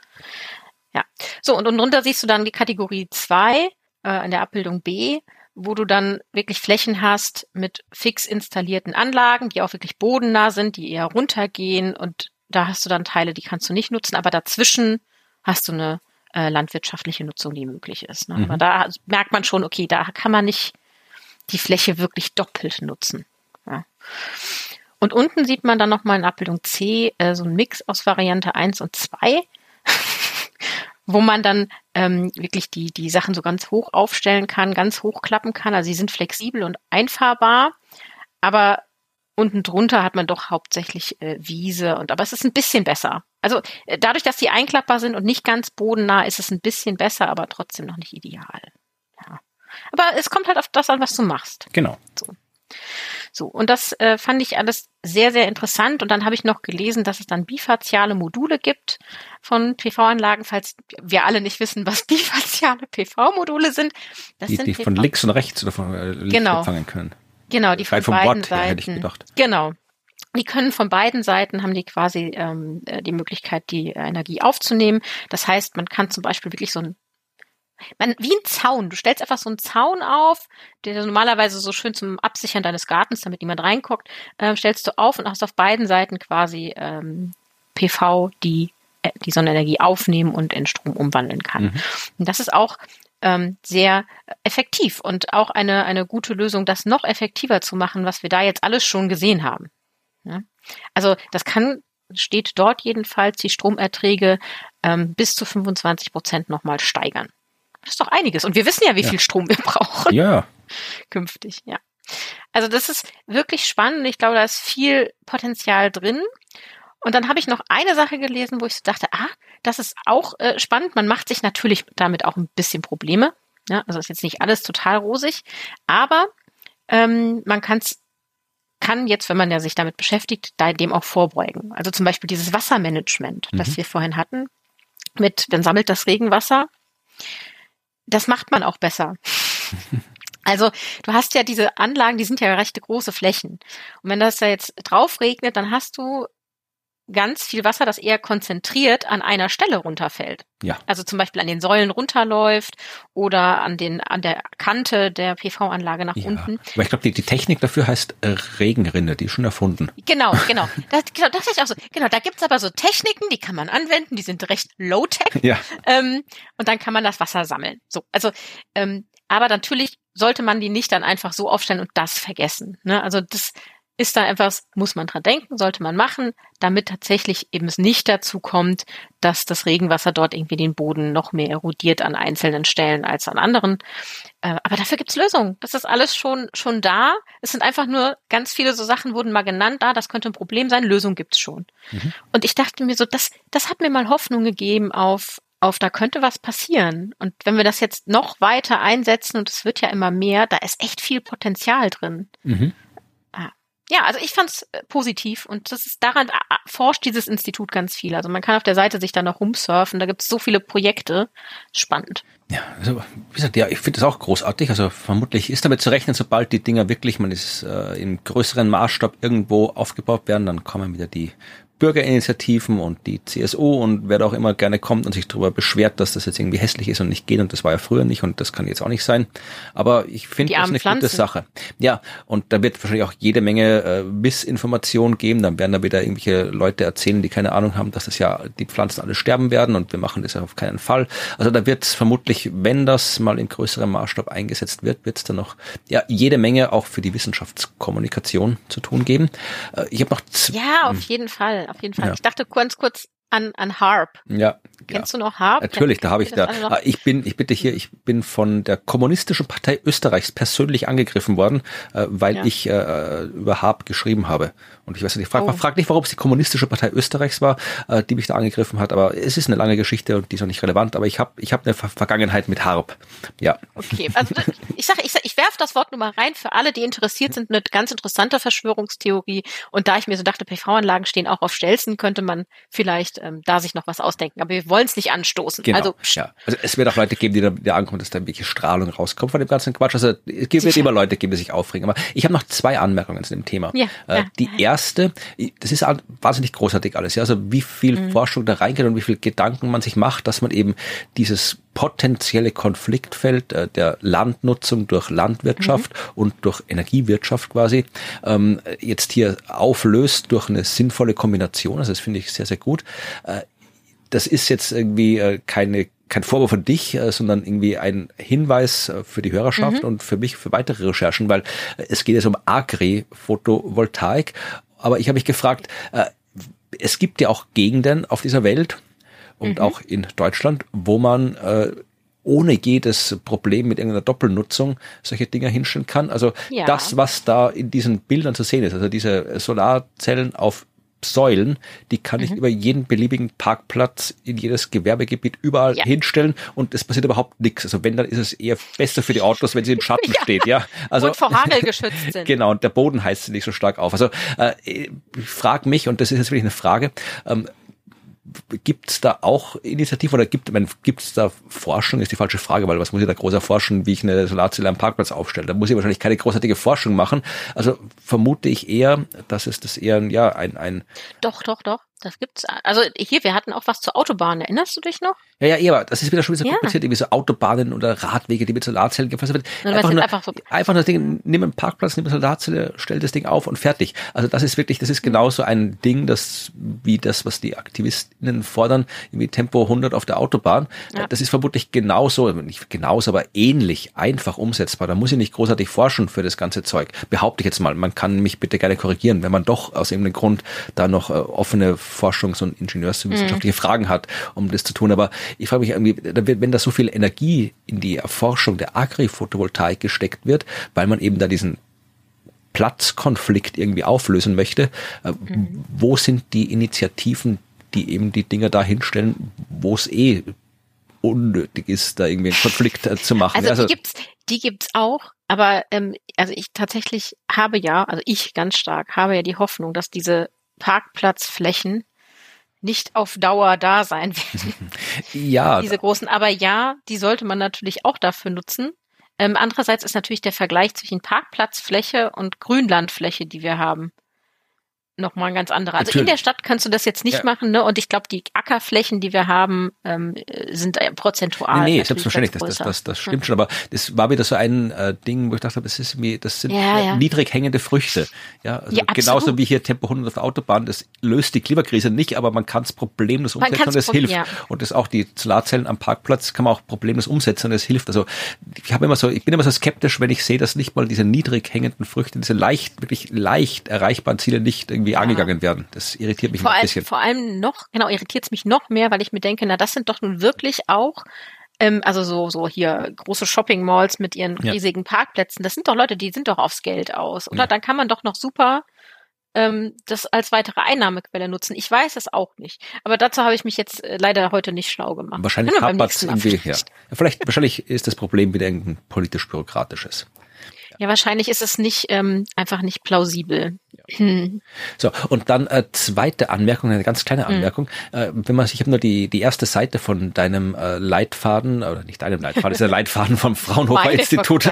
Ja, so und unten drunter siehst du dann die Kategorie zwei äh, in der Abbildung B, wo du dann wirklich Flächen hast mit fix installierten Anlagen, die auch wirklich bodennah sind, die eher runtergehen und da hast du dann Teile, die kannst du nicht nutzen, aber dazwischen hast du eine äh, landwirtschaftliche Nutzung, die möglich ist. Ne? Mhm. Aber da merkt man schon, okay, da kann man nicht die Fläche wirklich doppelt nutzen. Ja. Und unten sieht man dann nochmal in Abbildung C äh, so ein Mix aus Variante eins und zwei, wo man dann ähm, wirklich die, die Sachen so ganz hoch aufstellen kann, ganz hochklappen kann. Also sie sind flexibel und einfahrbar, aber unten drunter hat man doch hauptsächlich äh, Wiese und aber es ist ein bisschen besser. Also äh, dadurch, dass die einklappbar sind und nicht ganz bodennah, ist es ein bisschen besser, aber trotzdem noch nicht ideal. Ja. Aber es kommt halt auf das an, was du machst. Genau. So, und das äh, fand ich alles sehr, sehr interessant. Und dann habe ich noch gelesen, dass es dann bifaziale Module gibt von P V-Anlagen, falls wir alle nicht wissen, was bifaziale P V-Module sind. Das Die, sind die P V von links und rechts oder von äh, links Genau. empfangen können. Genau, die von Rein vom beiden Wort her Seiten. hätte ich gedacht. Genau. Die können von beiden Seiten, haben die quasi ähm, äh, die Möglichkeit, die äh, Energie aufzunehmen. Das heißt, man kann zum Beispiel wirklich so ein Man, wie ein Zaun. Du stellst einfach so einen Zaun auf, der normalerweise so schön zum Absichern deines Gartens, damit niemand reinguckt, äh, stellst du auf und hast auf beiden Seiten quasi ähm, P V, die die Sonnenenergie aufnehmen und in Strom umwandeln kann. Mhm. Und das ist auch ähm, sehr effektiv und auch eine, eine gute Lösung, das noch effektiver zu machen, was wir da jetzt alles schon gesehen haben. Ja? Also das kann, steht dort jedenfalls, die Stromerträge ähm, bis zu fünfundzwanzig Prozent nochmal steigern. Das ist doch einiges. Und wir wissen ja, wie ja. viel Strom wir brauchen. Ja. Künftig, ja. Also das ist wirklich spannend. Ich glaube, da ist viel Potenzial drin. Und dann habe ich noch eine Sache gelesen, wo ich so dachte, ah, das ist auch äh, spannend. Man macht sich natürlich damit auch ein bisschen Probleme. Ja, also ist jetzt nicht alles total rosig. Aber ähm, man kann's, kann jetzt, wenn man ja sich damit beschäftigt, da dem auch vorbeugen. Also zum Beispiel dieses Wassermanagement, mhm. das wir vorhin hatten. Mit, dann sammelt das Regenwasser. Das macht man auch besser. Also du hast ja diese Anlagen, die sind ja recht große Flächen. Und wenn das da jetzt drauf regnet, dann hast du ganz viel Wasser, das eher konzentriert an einer Stelle runterfällt. Ja. Also zum Beispiel an den Säulen runterläuft oder an den an der Kante der P V-Anlage nach ja. unten. Aber ich glaube, die, die Technik dafür heißt äh, Regenrinne, die ist schon erfunden. Genau, genau. Das, genau, das ist auch so. Genau, da gibt's aber so Techniken, die kann man anwenden, die sind recht low-tech. Ja. Ähm, und dann kann man das Wasser sammeln. So, also, ähm, aber natürlich sollte man die nicht dann einfach so aufstellen und das vergessen. Ne? Also das ist da etwas, muss man dran denken, sollte man machen, damit tatsächlich eben es nicht dazu kommt, dass das Regenwasser dort irgendwie den Boden noch mehr erodiert an einzelnen Stellen als an anderen. Äh, aber dafür gibt's Lösungen. Das ist alles schon schon da. Es sind einfach nur ganz viele so Sachen wurden mal genannt, da, das könnte ein Problem sein, Lösung gibt's schon. Mhm. Und ich dachte mir so, das, das hat mir mal Hoffnung gegeben auf auf, da könnte was passieren. Und wenn wir das jetzt noch weiter einsetzen, und es wird ja immer mehr, da ist echt viel Potenzial drin. Mhm. Ja, also ich fand's positiv und das ist daran forscht dieses Institut ganz viel. Also man kann auf der Seite sich da noch rumsurfen, da gibt's so viele Projekte. Spannend. Ja, also wie gesagt, ja, ich finde das auch großartig. Also vermutlich ist damit zu rechnen, sobald die Dinger wirklich, man ist äh, im größeren Maßstab irgendwo aufgebaut werden, dann kommen wieder die Bürgerinitiativen und die C S U und wer da auch immer gerne kommt und sich darüber beschwert, dass das jetzt irgendwie hässlich ist und nicht geht und das war ja früher nicht und das kann jetzt auch nicht sein. Aber ich finde das eine Pflanzen. Gute Sache. Ja, und da wird wahrscheinlich auch jede Menge äh, Missinformation geben. Dann werden da wieder irgendwelche Leute erzählen, die keine Ahnung haben, dass das ja die Pflanzen alle sterben werden und wir machen das ja auf keinen Fall. Also da wird es vermutlich, wenn das mal in größerem Maßstab eingesetzt wird, wird es dann noch ja jede Menge auch für die Wissenschaftskommunikation zu tun geben. Äh, ich habe noch z- Ja, auf jeden Fall. Auf jeden Fall. Ja. Ich dachte ganz kurz an, an Harp. Ja. Kennst ja. du noch Harp? Natürlich, da habe ich da. Ich bin, ich bitte hier, ich bin von der Kommunistischen Partei Österreichs persönlich angegriffen worden, äh, weil ja. ich äh, über Harp geschrieben habe. Und ich weiß nicht, ich frage oh. frag nicht, warum es die Kommunistische Partei Österreichs war, äh, die mich da angegriffen hat, aber es ist eine lange Geschichte und die ist auch nicht relevant, aber ich habe ich hab eine Ver- Vergangenheit mit Harp. Ja. Okay, also ich sage, ich, sag, ich werfe das Wort nur mal rein für alle, die interessiert sind, eine ganz interessante Verschwörungstheorie. Und da ich mir so dachte, P V-Anlagen stehen auch auf Stelzen, könnte man vielleicht ähm, da sich noch was ausdenken. Aber wir wollen es nicht anstoßen. Genau, also, ja. Also es wird auch Leute geben, die da wieder ankommen, dass da irgendwelche Strahlung rauskommt von dem ganzen Quatsch. Also es wird sicher. immer Leute geben, die sich aufregen. Aber ich habe noch zwei Anmerkungen zu dem Thema. Ja, äh, ja, die ja. erste, das ist wahnsinnig großartig alles. Ja, also wie viel mhm. Forschung da reingeht und wie viel Gedanken man sich macht, dass man eben dieses potenzielle Konfliktfeld äh, der Landnutzung durch Landwirtschaft mhm. und durch Energiewirtschaft quasi ähm, jetzt hier auflöst durch eine sinnvolle Kombination. Also das finde ich sehr, sehr gut. Äh, Das ist jetzt irgendwie äh, keine kein Vorwurf von dich, äh, sondern irgendwie ein Hinweis äh, für die Hörerschaft mhm. und für mich für weitere Recherchen, weil äh, es geht jetzt um Agri-Photovoltaik. Aber ich habe mich gefragt, äh, es gibt ja auch Gegenden auf dieser Welt und mhm. auch in Deutschland, wo man äh, ohne jedes Problem mit irgendeiner Doppelnutzung solche Dinger hinstellen kann. Also ja. das, was da in diesen Bildern zu sehen ist, also diese Solarzellen auf Säulen, die kann ich mhm. über jeden beliebigen Parkplatz in jedes Gewerbegebiet überall ja. hinstellen und es passiert überhaupt nichts. Also wenn, dann ist es eher besser für die Autos, wenn sie im Schatten ja. steht, ja. Also und vor Hagel geschützt sind. Genau, und der Boden heizt nicht so stark auf. Also äh, ich frage mich, und das ist jetzt wirklich eine Frage, ähm, gibt es da auch Initiativen oder gibt gibt es da Forschung, ist die falsche Frage, weil was muss ich da groß erforschen, wie ich eine Solarzelle am Parkplatz aufstelle? Da muss ich wahrscheinlich keine großartige Forschung machen. Also vermute ich eher, dass es das eher ja ein ein Doch, doch, doch. Das gibt's. Also hier, wir hatten auch was zur Autobahn. Erinnerst du dich noch? Ja, ja, eh, aber das ist wieder schon wieder so Ja. kompliziert, irgendwie so Autobahnen oder Radwege, die mit Solarzellen gefasst werden. Oder Einfach was nur, einfach so- einfach nur das Ding, nimm einen Parkplatz, nimm eine Solarzelle, stell das Ding auf und fertig. Also das ist wirklich, das ist genauso ein Ding, das, wie das, was die AktivistInnen fordern, irgendwie Tempo hundert auf der Autobahn. Ja. Das ist vermutlich genauso, nicht genauso, aber ähnlich einfach umsetzbar. Da muss ich nicht großartig forschen für das ganze Zeug. Behaupte ich jetzt mal. Man kann mich bitte gerne korrigieren, wenn man doch aus irgendeinem Grund da noch äh, offene Forschungs- und ingenieurswissenschaftliche mhm. Fragen hat, um das zu tun. Aber ich frage mich irgendwie, wenn da so viel Energie in die Erforschung der Agri-Photovoltaik gesteckt wird, weil man eben da diesen Platzkonflikt irgendwie auflösen möchte, mhm. wo sind die Initiativen, die eben die Dinger da hinstellen, wo es eh unnötig ist, da irgendwie einen Konflikt äh, zu machen? Also, also die gibt's, die gibt's auch, aber ähm, also ich tatsächlich habe ja, also ich ganz stark habe ja die Hoffnung, dass diese Parkplatzflächen nicht auf Dauer da sein werden. Ja. Diese großen, aber ja, die sollte man natürlich auch dafür nutzen. Ähm, andererseits ist natürlich der Vergleich zwischen Parkplatzfläche und Grünlandfläche, die wir haben, nochmal ein ganz anderer. Also Natürlich. In der Stadt kannst du das jetzt nicht ja. machen, ne? Und ich glaube, die Ackerflächen, die wir haben, ähm, sind äh, prozentual. Nee, nee selbstverständlich, das, das, das, das stimmt ja. schon. Aber das war wieder so ein äh, Ding, wo ich dachte, das ist wie, das sind ja, ja. niedrig hängende Früchte. Ja, also ja, genauso wie hier Tempo hundert auf der Autobahn, das löst die Klimakrise nicht, aber man kann es problemlos umsetzen und es hilft. Ja. Und das auch die Solarzellen am Parkplatz kann man auch problemlos umsetzen und es hilft. Also ich habe immer so, ich bin immer so skeptisch, wenn ich sehe, dass nicht mal diese niedrig hängenden Früchte, diese leicht, wirklich leicht erreichbaren Ziele nicht irgendwie ja. angegangen werden. Das irritiert mich vor ein allem, bisschen. Vor allem noch, genau, irritiert es mich noch mehr, weil ich mir denke, na, das sind doch nun wirklich auch, ähm, also so so hier große Shopping-Malls mit ihren ja. riesigen Parkplätzen, das sind doch Leute, die sind doch aufs Geld aus. Oder ja. dann kann man doch noch super ähm, das als weitere Einnahmequelle nutzen. Ich weiß es auch nicht. Aber dazu habe ich mich jetzt äh, leider heute nicht schlau gemacht. Wahrscheinlich hapert irgendwie, ja. Vielleicht, wahrscheinlich ist das Problem wieder irgendein politisch-bürokratisches. Ja, wahrscheinlich ist es nicht ähm, einfach nicht plausibel. Ja. Hm. So, und dann äh, zweite Anmerkung, eine ganz kleine Anmerkung. Hm. Äh, wenn man sich, ich habe nur die die erste Seite von deinem äh, Leitfaden, oder nicht deinem Leitfaden, ist der Leitfaden vom Fraunhofer Institut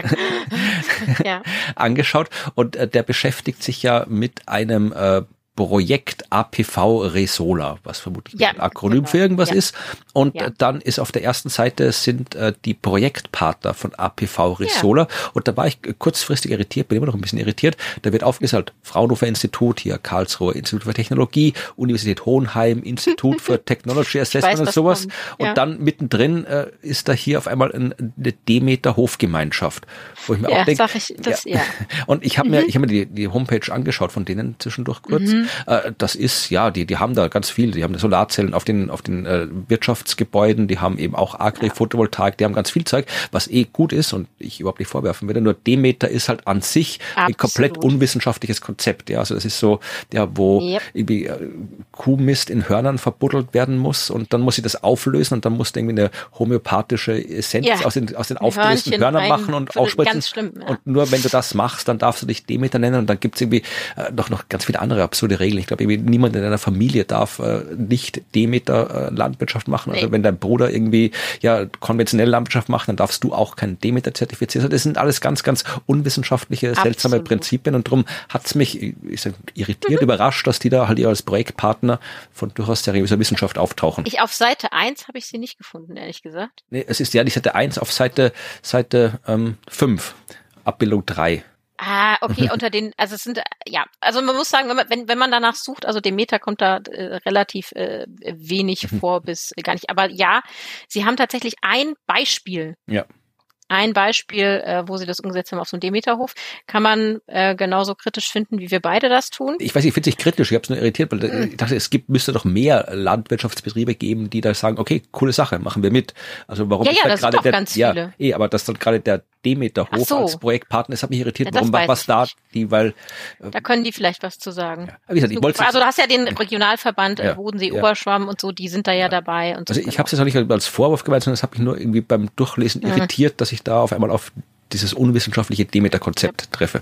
ja. angeschaut. Und äh, der beschäftigt sich ja mit einem äh, Projekt A P V Resola, was vermutlich ja, ein Akronym genau. für irgendwas ja. ist. Und ja. dann ist auf der ersten Seite sind äh, die Projektpartner von A P V Resola. Ja. Und da war ich kurzfristig irritiert, bin immer noch ein bisschen irritiert. Da wird aufgelistet, Fraunhofer Institut, hier Karlsruher Institut für Technologie, Universität Hohenheim, Institut für Technology Assessment weiß, und sowas. Ja. Und dann mittendrin äh, ist da hier auf einmal eine Demeter Hofgemeinschaft. Wo ich mir ja, auch denke, sag ich, das, ja. ja. Und ich habe mhm. mir, ich habe mir die, die Homepage angeschaut von denen zwischendurch kurz. Mhm. Das ist, ja, die, die haben da ganz viel, die haben Solarzellen auf den, auf den äh, Wirtschaftsgebäuden, die haben eben auch Agri-Photovoltaik, die haben ganz viel Zeug, was eh gut ist und ich überhaupt nicht vorwerfen würde, nur Demeter ist halt an sich Absolut. ein komplett unwissenschaftliches Konzept, ja, also das ist so, ja, wo yep. irgendwie äh, Kuhmist in Hörnern verbuddelt werden muss und dann muss sie das auflösen und dann muss irgendwie eine homöopathische Essenz ja. aus den, aus den aufgelösten Hörnern machen und aufspritzen schlimm, ja. und nur wenn du das machst, dann darfst du dich Demeter nennen und dann gibt's irgendwie äh, noch, noch ganz viele andere absurde Regeln. Ich glaube, niemand in deiner Familie darf äh, nicht Demeter äh, Landwirtschaft machen. Also nee. wenn dein Bruder irgendwie ja konventionelle Landwirtschaft macht, dann darfst du auch kein Demeter zertifizieren. Also das sind alles ganz, ganz unwissenschaftliche, Absolut. seltsame Prinzipien und darum hat's mich ich sag, irritiert, mhm. überrascht, dass die da halt als Projektpartner von durchaus seriöser Wissenschaft auftauchen. Ich auf Seite eins habe ich sie nicht gefunden, ehrlich gesagt. Nee, es ist ja die Seite eins auf Seite Seite ähm, fünf, Abbildung drei. Ah, okay, unter den, also es sind, ja, also man muss sagen, wenn man, wenn, wenn man danach sucht, also Demeter kommt da äh, relativ äh, wenig vor bis gar nicht, aber ja, sie haben tatsächlich ein Beispiel. Ja. Ein Beispiel, äh, wo sie das umgesetzt haben auf so einem Demeterhof, kann man äh, genauso kritisch finden, wie wir beide das tun. Ich weiß nicht, ich finde es nicht kritisch, ich habe es nur irritiert, weil mhm. ich dachte, es gibt, müsste doch mehr Landwirtschaftsbetriebe geben, die da sagen, okay, coole Sache, machen wir mit. Also warum ja, ist ja, da das gerade sind doch der, ganz ja, viele. eh, aber dass dann gerade der Demeterhof so. als Projektpartner, das hat mich irritiert, ja, warum war was da, die, weil äh, da können die vielleicht was zu sagen. Ja. Wie gesagt, ich wollte also du hast ja den Regionalverband ja, Bodensee, ja. Oberschwamm und so, die sind da ja, ja. dabei. Und so also ich habe es jetzt auch nicht als Vorwurf gemeint, sondern es hat mich nur irgendwie beim Durchlesen mhm. irritiert, dass ich da auf einmal auf dieses unwissenschaftliche Demeter-Konzept ja. treffe.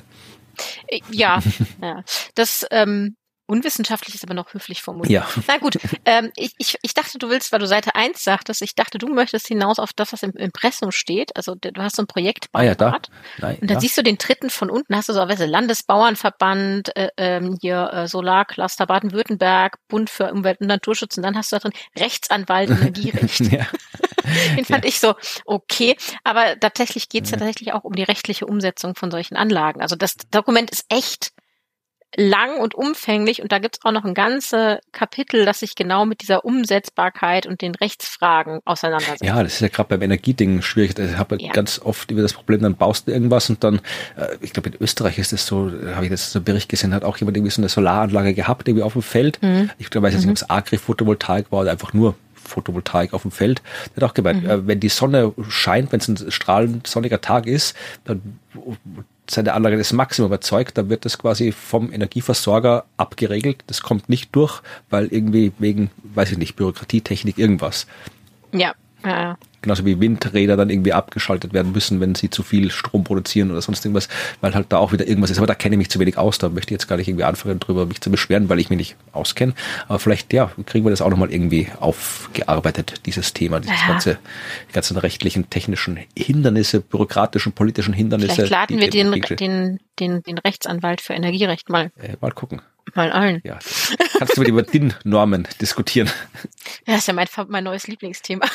Ja, ja. Das ähm, unwissenschaftlich ist aber noch höflich formuliert. Ja. Na gut, ähm, ich, ich, ich dachte, du willst, weil du Seite eins sagtest, ich dachte, du möchtest hinaus auf das, was im Impressum steht. Also du hast so ein Projekt ah, ja, da. Nein, und dann ja. siehst du den dritten von unten, hast du so weißt du, Landesbauernverband, äh, ähm, hier äh, Solarcluster Baden-Württemberg, Bund für Umwelt und Naturschutz und dann hast du da drin Rechtsanwalt, Energierecht. ja. Den fand ja. ich so okay. Aber tatsächlich geht es ja. ja tatsächlich auch um die rechtliche Umsetzung von solchen Anlagen. Also das Dokument ist echt lang und umfänglich und da gibt's auch noch ein ganzes Kapitel, das sich genau mit dieser Umsetzbarkeit und den Rechtsfragen auseinandersetzt. Ja, das ist ja gerade beim Energieding schwierig. Ich habe ja. ganz oft über das Problem, dann baust du irgendwas und dann, äh, ich glaube in Österreich ist das so, da habe ich das so einen Bericht gesehen, hat auch jemand irgendwie so eine Solaranlage gehabt, irgendwie auf dem Feld. Mhm. Ich weiß jetzt nicht, ob es Agri-Photovoltaik war oder einfach nur Photovoltaik auf dem Feld. Der hat auch gemeint, mhm. äh, wenn die Sonne scheint, wenn es ein strahlend sonniger Tag ist, dann seine Anlage das Maximum erzeugt, dann wird das quasi vom Energieversorger abgeregelt. Das kommt nicht durch, weil irgendwie wegen, weiß ich nicht, Bürokratie, Technik, irgendwas. Ja, ja, ja. Genauso wie Windräder dann irgendwie abgeschaltet werden müssen, wenn sie zu viel Strom produzieren oder sonst irgendwas, weil halt da auch wieder irgendwas ist. Aber da kenne ich mich zu wenig aus, da möchte ich jetzt gar nicht irgendwie anfangen, drüber mich zu beschweren, weil ich mich nicht auskenne. Aber vielleicht, ja, kriegen wir das auch nochmal irgendwie aufgearbeitet, dieses Thema, dieses ja. ganze, die ganzen rechtlichen, technischen Hindernisse, bürokratischen, politischen Hindernisse. Vielleicht laden wir den, den, den, den Rechtsanwalt für Energierecht mal. Äh, mal gucken. Mal allen. Ja. Kannst du mit über D I N-Normen diskutieren? Ja, das ist ja mein, mein neues Lieblingsthema.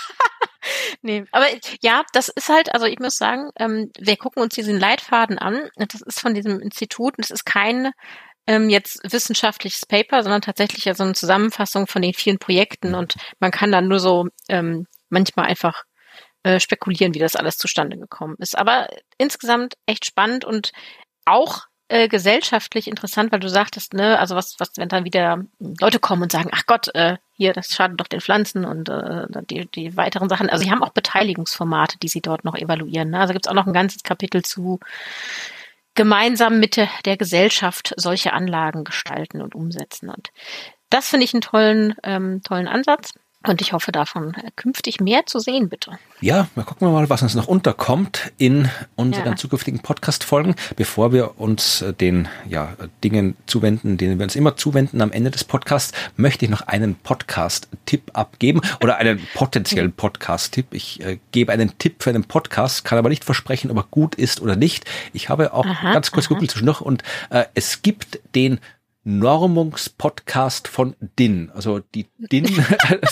Nee, aber ja, das ist halt, also ich muss sagen, ähm, wir gucken uns diesen Leitfaden an. Das ist von diesem Institut. Das ist kein ähm, jetzt wissenschaftliches Paper, sondern tatsächlich ja so eine Zusammenfassung von den vielen Projekten und man kann dann nur so ähm, manchmal einfach äh, spekulieren, wie das alles zustande gekommen ist. Aber insgesamt echt spannend und auch Äh, gesellschaftlich interessant, weil du sagtest, ne, also was, was, wenn dann wieder Leute kommen und sagen, ach Gott, äh, hier, das schadet doch den Pflanzen und äh, die, die weiteren Sachen. Also sie haben auch Beteiligungsformate, die sie dort noch evaluieren. Ne? Also gibt es auch noch ein ganzes Kapitel zu gemeinsam mit der, der Gesellschaft solche Anlagen gestalten und umsetzen. Und das finde ich einen tollen, ähm, tollen Ansatz. Und ich hoffe, davon künftig mehr zu sehen, bitte. Ja, mal gucken wir mal, was uns noch unterkommt in unseren ja. zukünftigen Podcast-Folgen, bevor wir uns den ja, Dingen zuwenden, denen wir uns immer zuwenden am Ende des Podcasts, möchte ich noch einen Podcast-Tipp abgeben oder einen potenziellen Podcast-Tipp. Ich äh, gebe einen Tipp für einen Podcast, kann aber nicht versprechen, ob er gut ist oder nicht. Ich habe auch aha, ganz kurz gegoogelt zwischendurch und äh, es gibt den Normungspodcast von D I N, also die D I N,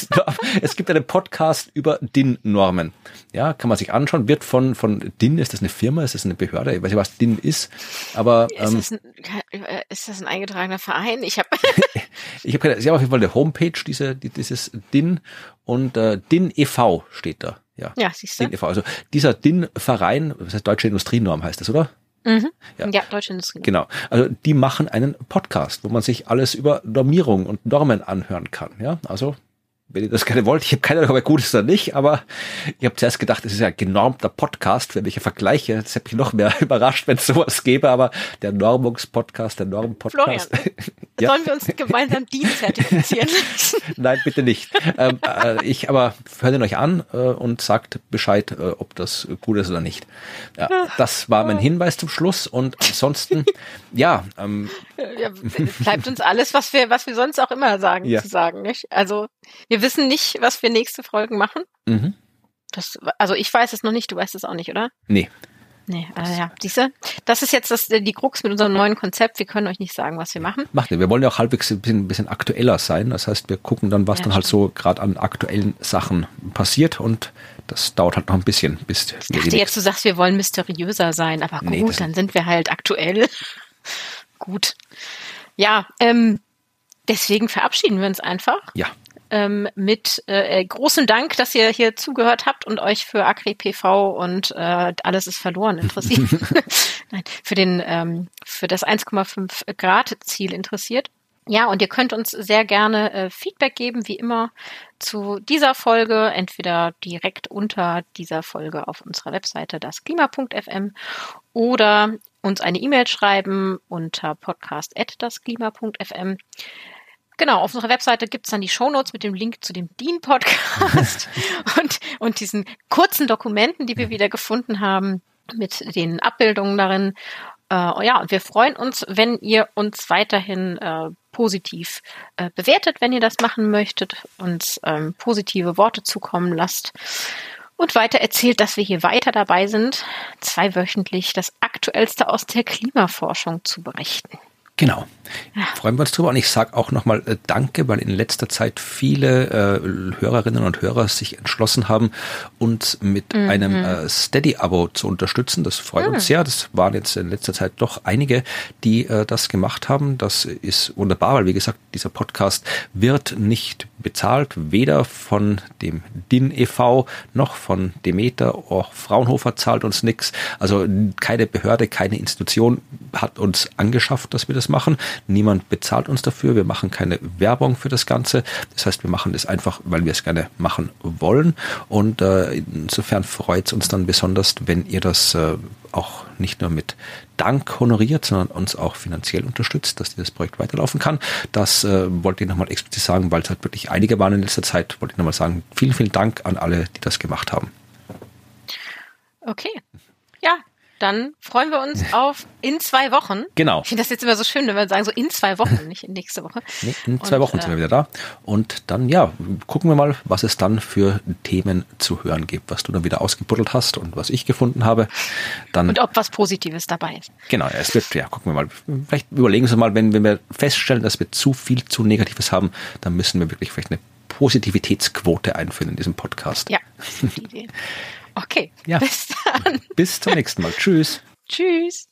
es gibt einen Podcast über D I N-Normen. Ja, kann man sich anschauen, wird von, von D I N, ist das eine Firma, ist das eine Behörde, ich weiß nicht, was D I N ist, aber... Ist, ähm, das, ein, ist das ein eingetragener Verein? Ich habe ich habe keine, sie haben auf jeden Fall eine Homepage, diese, dieses D I N und äh, D I N e V steht da. Ja, ja siehst du. D I N e V, also dieser D I N-Verein, das heißt Deutsche Industrienorm heißt das, oder? Mhm. Ja. ja, Deutsche Industrie. Genau. Also die machen einen Podcast, wo man sich alles über Normierung und Normen anhören kann. Ja, also wenn ihr das gerne wollt, ich habe keine Ahnung, ob er gut ist oder nicht, aber ich habe zuerst gedacht, es ist ja ein genormter Podcast, für welche Vergleiche. Das hätte mich noch mehr überrascht, wenn es sowas gäbe, aber der Normungspodcast, der Normpodcast. Ja. Sollen wir uns gemeinsam D I N zertifizieren lassen? Nein, bitte nicht. ähm, äh, ich aber hört ihn euch an äh, und sagt Bescheid, äh, ob das gut ist oder nicht. Ja, das war mein Hinweis zum Schluss und ansonsten, ja, ähm, ja, bleibt uns alles, was wir, was wir sonst auch immer sagen, ja. zu sagen, nicht? Also wir wissen nicht, was wir nächste Folgen machen. Mhm. Das, also ich weiß es noch nicht, du weißt es auch nicht, oder? Nee. Nee, also ja, siehst du, das ist jetzt das, die Krux mit unserem neuen Konzept. Wir können euch nicht sagen, was wir machen. Macht ihr. Wir wollen ja auch halbwegs ein bisschen, ein bisschen aktueller sein. Das heißt, wir gucken dann, was ja, dann halt stimmt. so gerade an aktuellen Sachen passiert und das dauert halt noch ein bisschen. Bis ich dachte jetzt, du sagst, wir wollen mysteriöser sein, aber gut, nee, dann sind wir halt aktuell. Gut. Ja, ähm, deswegen verabschieden wir uns einfach. Ja. Ähm, mit äh, großem Dank, dass ihr hier zugehört habt und euch für Agri-P V und äh, alles ist verloren interessiert. Nein, für den ähm, für das eins Komma fünf Grad Ziel interessiert. Ja, und ihr könnt uns sehr gerne äh, Feedback geben, wie immer, zu dieser Folge, entweder direkt unter dieser Folge auf unserer Webseite dasklima punkt f m oder uns eine E-Mail schreiben unter podcast at dasklima punkt f m. Genau, auf unserer Webseite gibt's dann die Shownotes mit dem Link zu dem D I N-Podcast und, und diesen kurzen Dokumenten, die wir wieder gefunden haben, mit den Abbildungen darin. Äh, ja, und wir freuen uns, wenn ihr uns weiterhin äh, positiv äh, bewertet, wenn ihr das machen möchtet, uns ähm, positive Worte zukommen lasst und weiter erzählt, dass wir hier weiter dabei sind, zweiwöchentlich das Aktuellste aus der Klimaforschung zu berichten. Genau. Ja. Freuen wir uns drüber. Und ich sage auch nochmal äh, Danke, weil in letzter Zeit viele äh, Hörerinnen und Hörer sich entschlossen haben, uns mit mhm. einem äh, Steady-Abo zu unterstützen. Das freut mhm. uns sehr. Das waren jetzt in letzter Zeit doch einige, die äh, das gemacht haben. Das ist wunderbar, weil wie gesagt, dieser Podcast wird nicht bezahlt, weder von dem D I N e V noch von Demeter. Auch Fraunhofer zahlt uns nichts. Also keine Behörde, keine Institution hat uns angeschafft, dass wir das machen. Niemand bezahlt uns dafür. Wir machen keine Werbung für das Ganze. Das heißt, wir machen das einfach, weil wir es gerne machen wollen. Und äh, insofern freut es uns dann besonders, wenn ihr das äh, auch nicht nur mit Dank honoriert, sondern uns auch finanziell unterstützt, dass dieses Projekt weiterlaufen kann. Das äh, wollte ich nochmal explizit sagen, weil es halt wirklich einige waren in letzter Zeit. Wollte ich nochmal sagen, vielen, vielen Dank an alle, die das gemacht haben. Okay. Ja. Dann freuen wir uns auf in zwei Wochen. Genau. Ich finde das jetzt immer so schön, wenn wir sagen, so in zwei Wochen, nicht in nächste Woche. Nee, in zwei Und, Wochen sind wir wieder da. Und dann, ja, gucken wir mal, was es dann für Themen zu hören gibt, was du dann wieder ausgebuddelt hast und was ich gefunden habe. Dann, und ob was Positives dabei ist. Genau, es wird, ja, gucken wir mal. Vielleicht überlegen Sie mal, wenn, wenn wir feststellen, dass wir zu viel, zu Negatives haben, dann müssen wir wirklich vielleicht eine Positivitätsquote einführen in diesem Podcast. Ja, die Idee. Okay, ja. Bis dann. Bis zum nächsten Mal. Tschüss. Tschüss.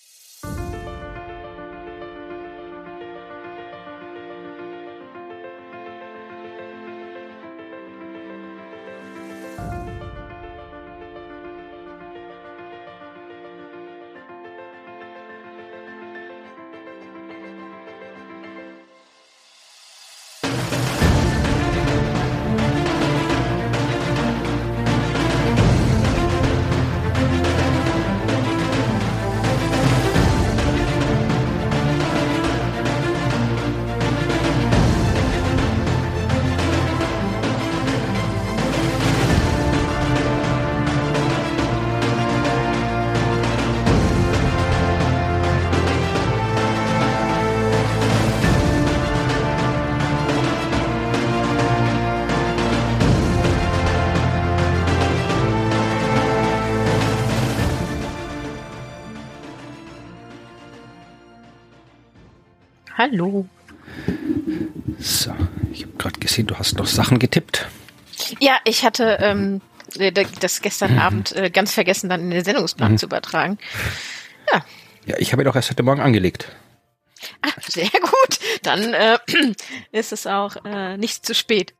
Hallo. So, ich habe gerade gesehen, du hast noch Sachen getippt. Ja, ich hatte ähm, das gestern mhm. Abend äh, ganz vergessen, dann in den Sendungsplan mhm. zu übertragen. Ja. Ja, ich habe ja doch erst heute Morgen angelegt. Ah, sehr gut. Dann äh, ist es auch äh, nicht zu spät.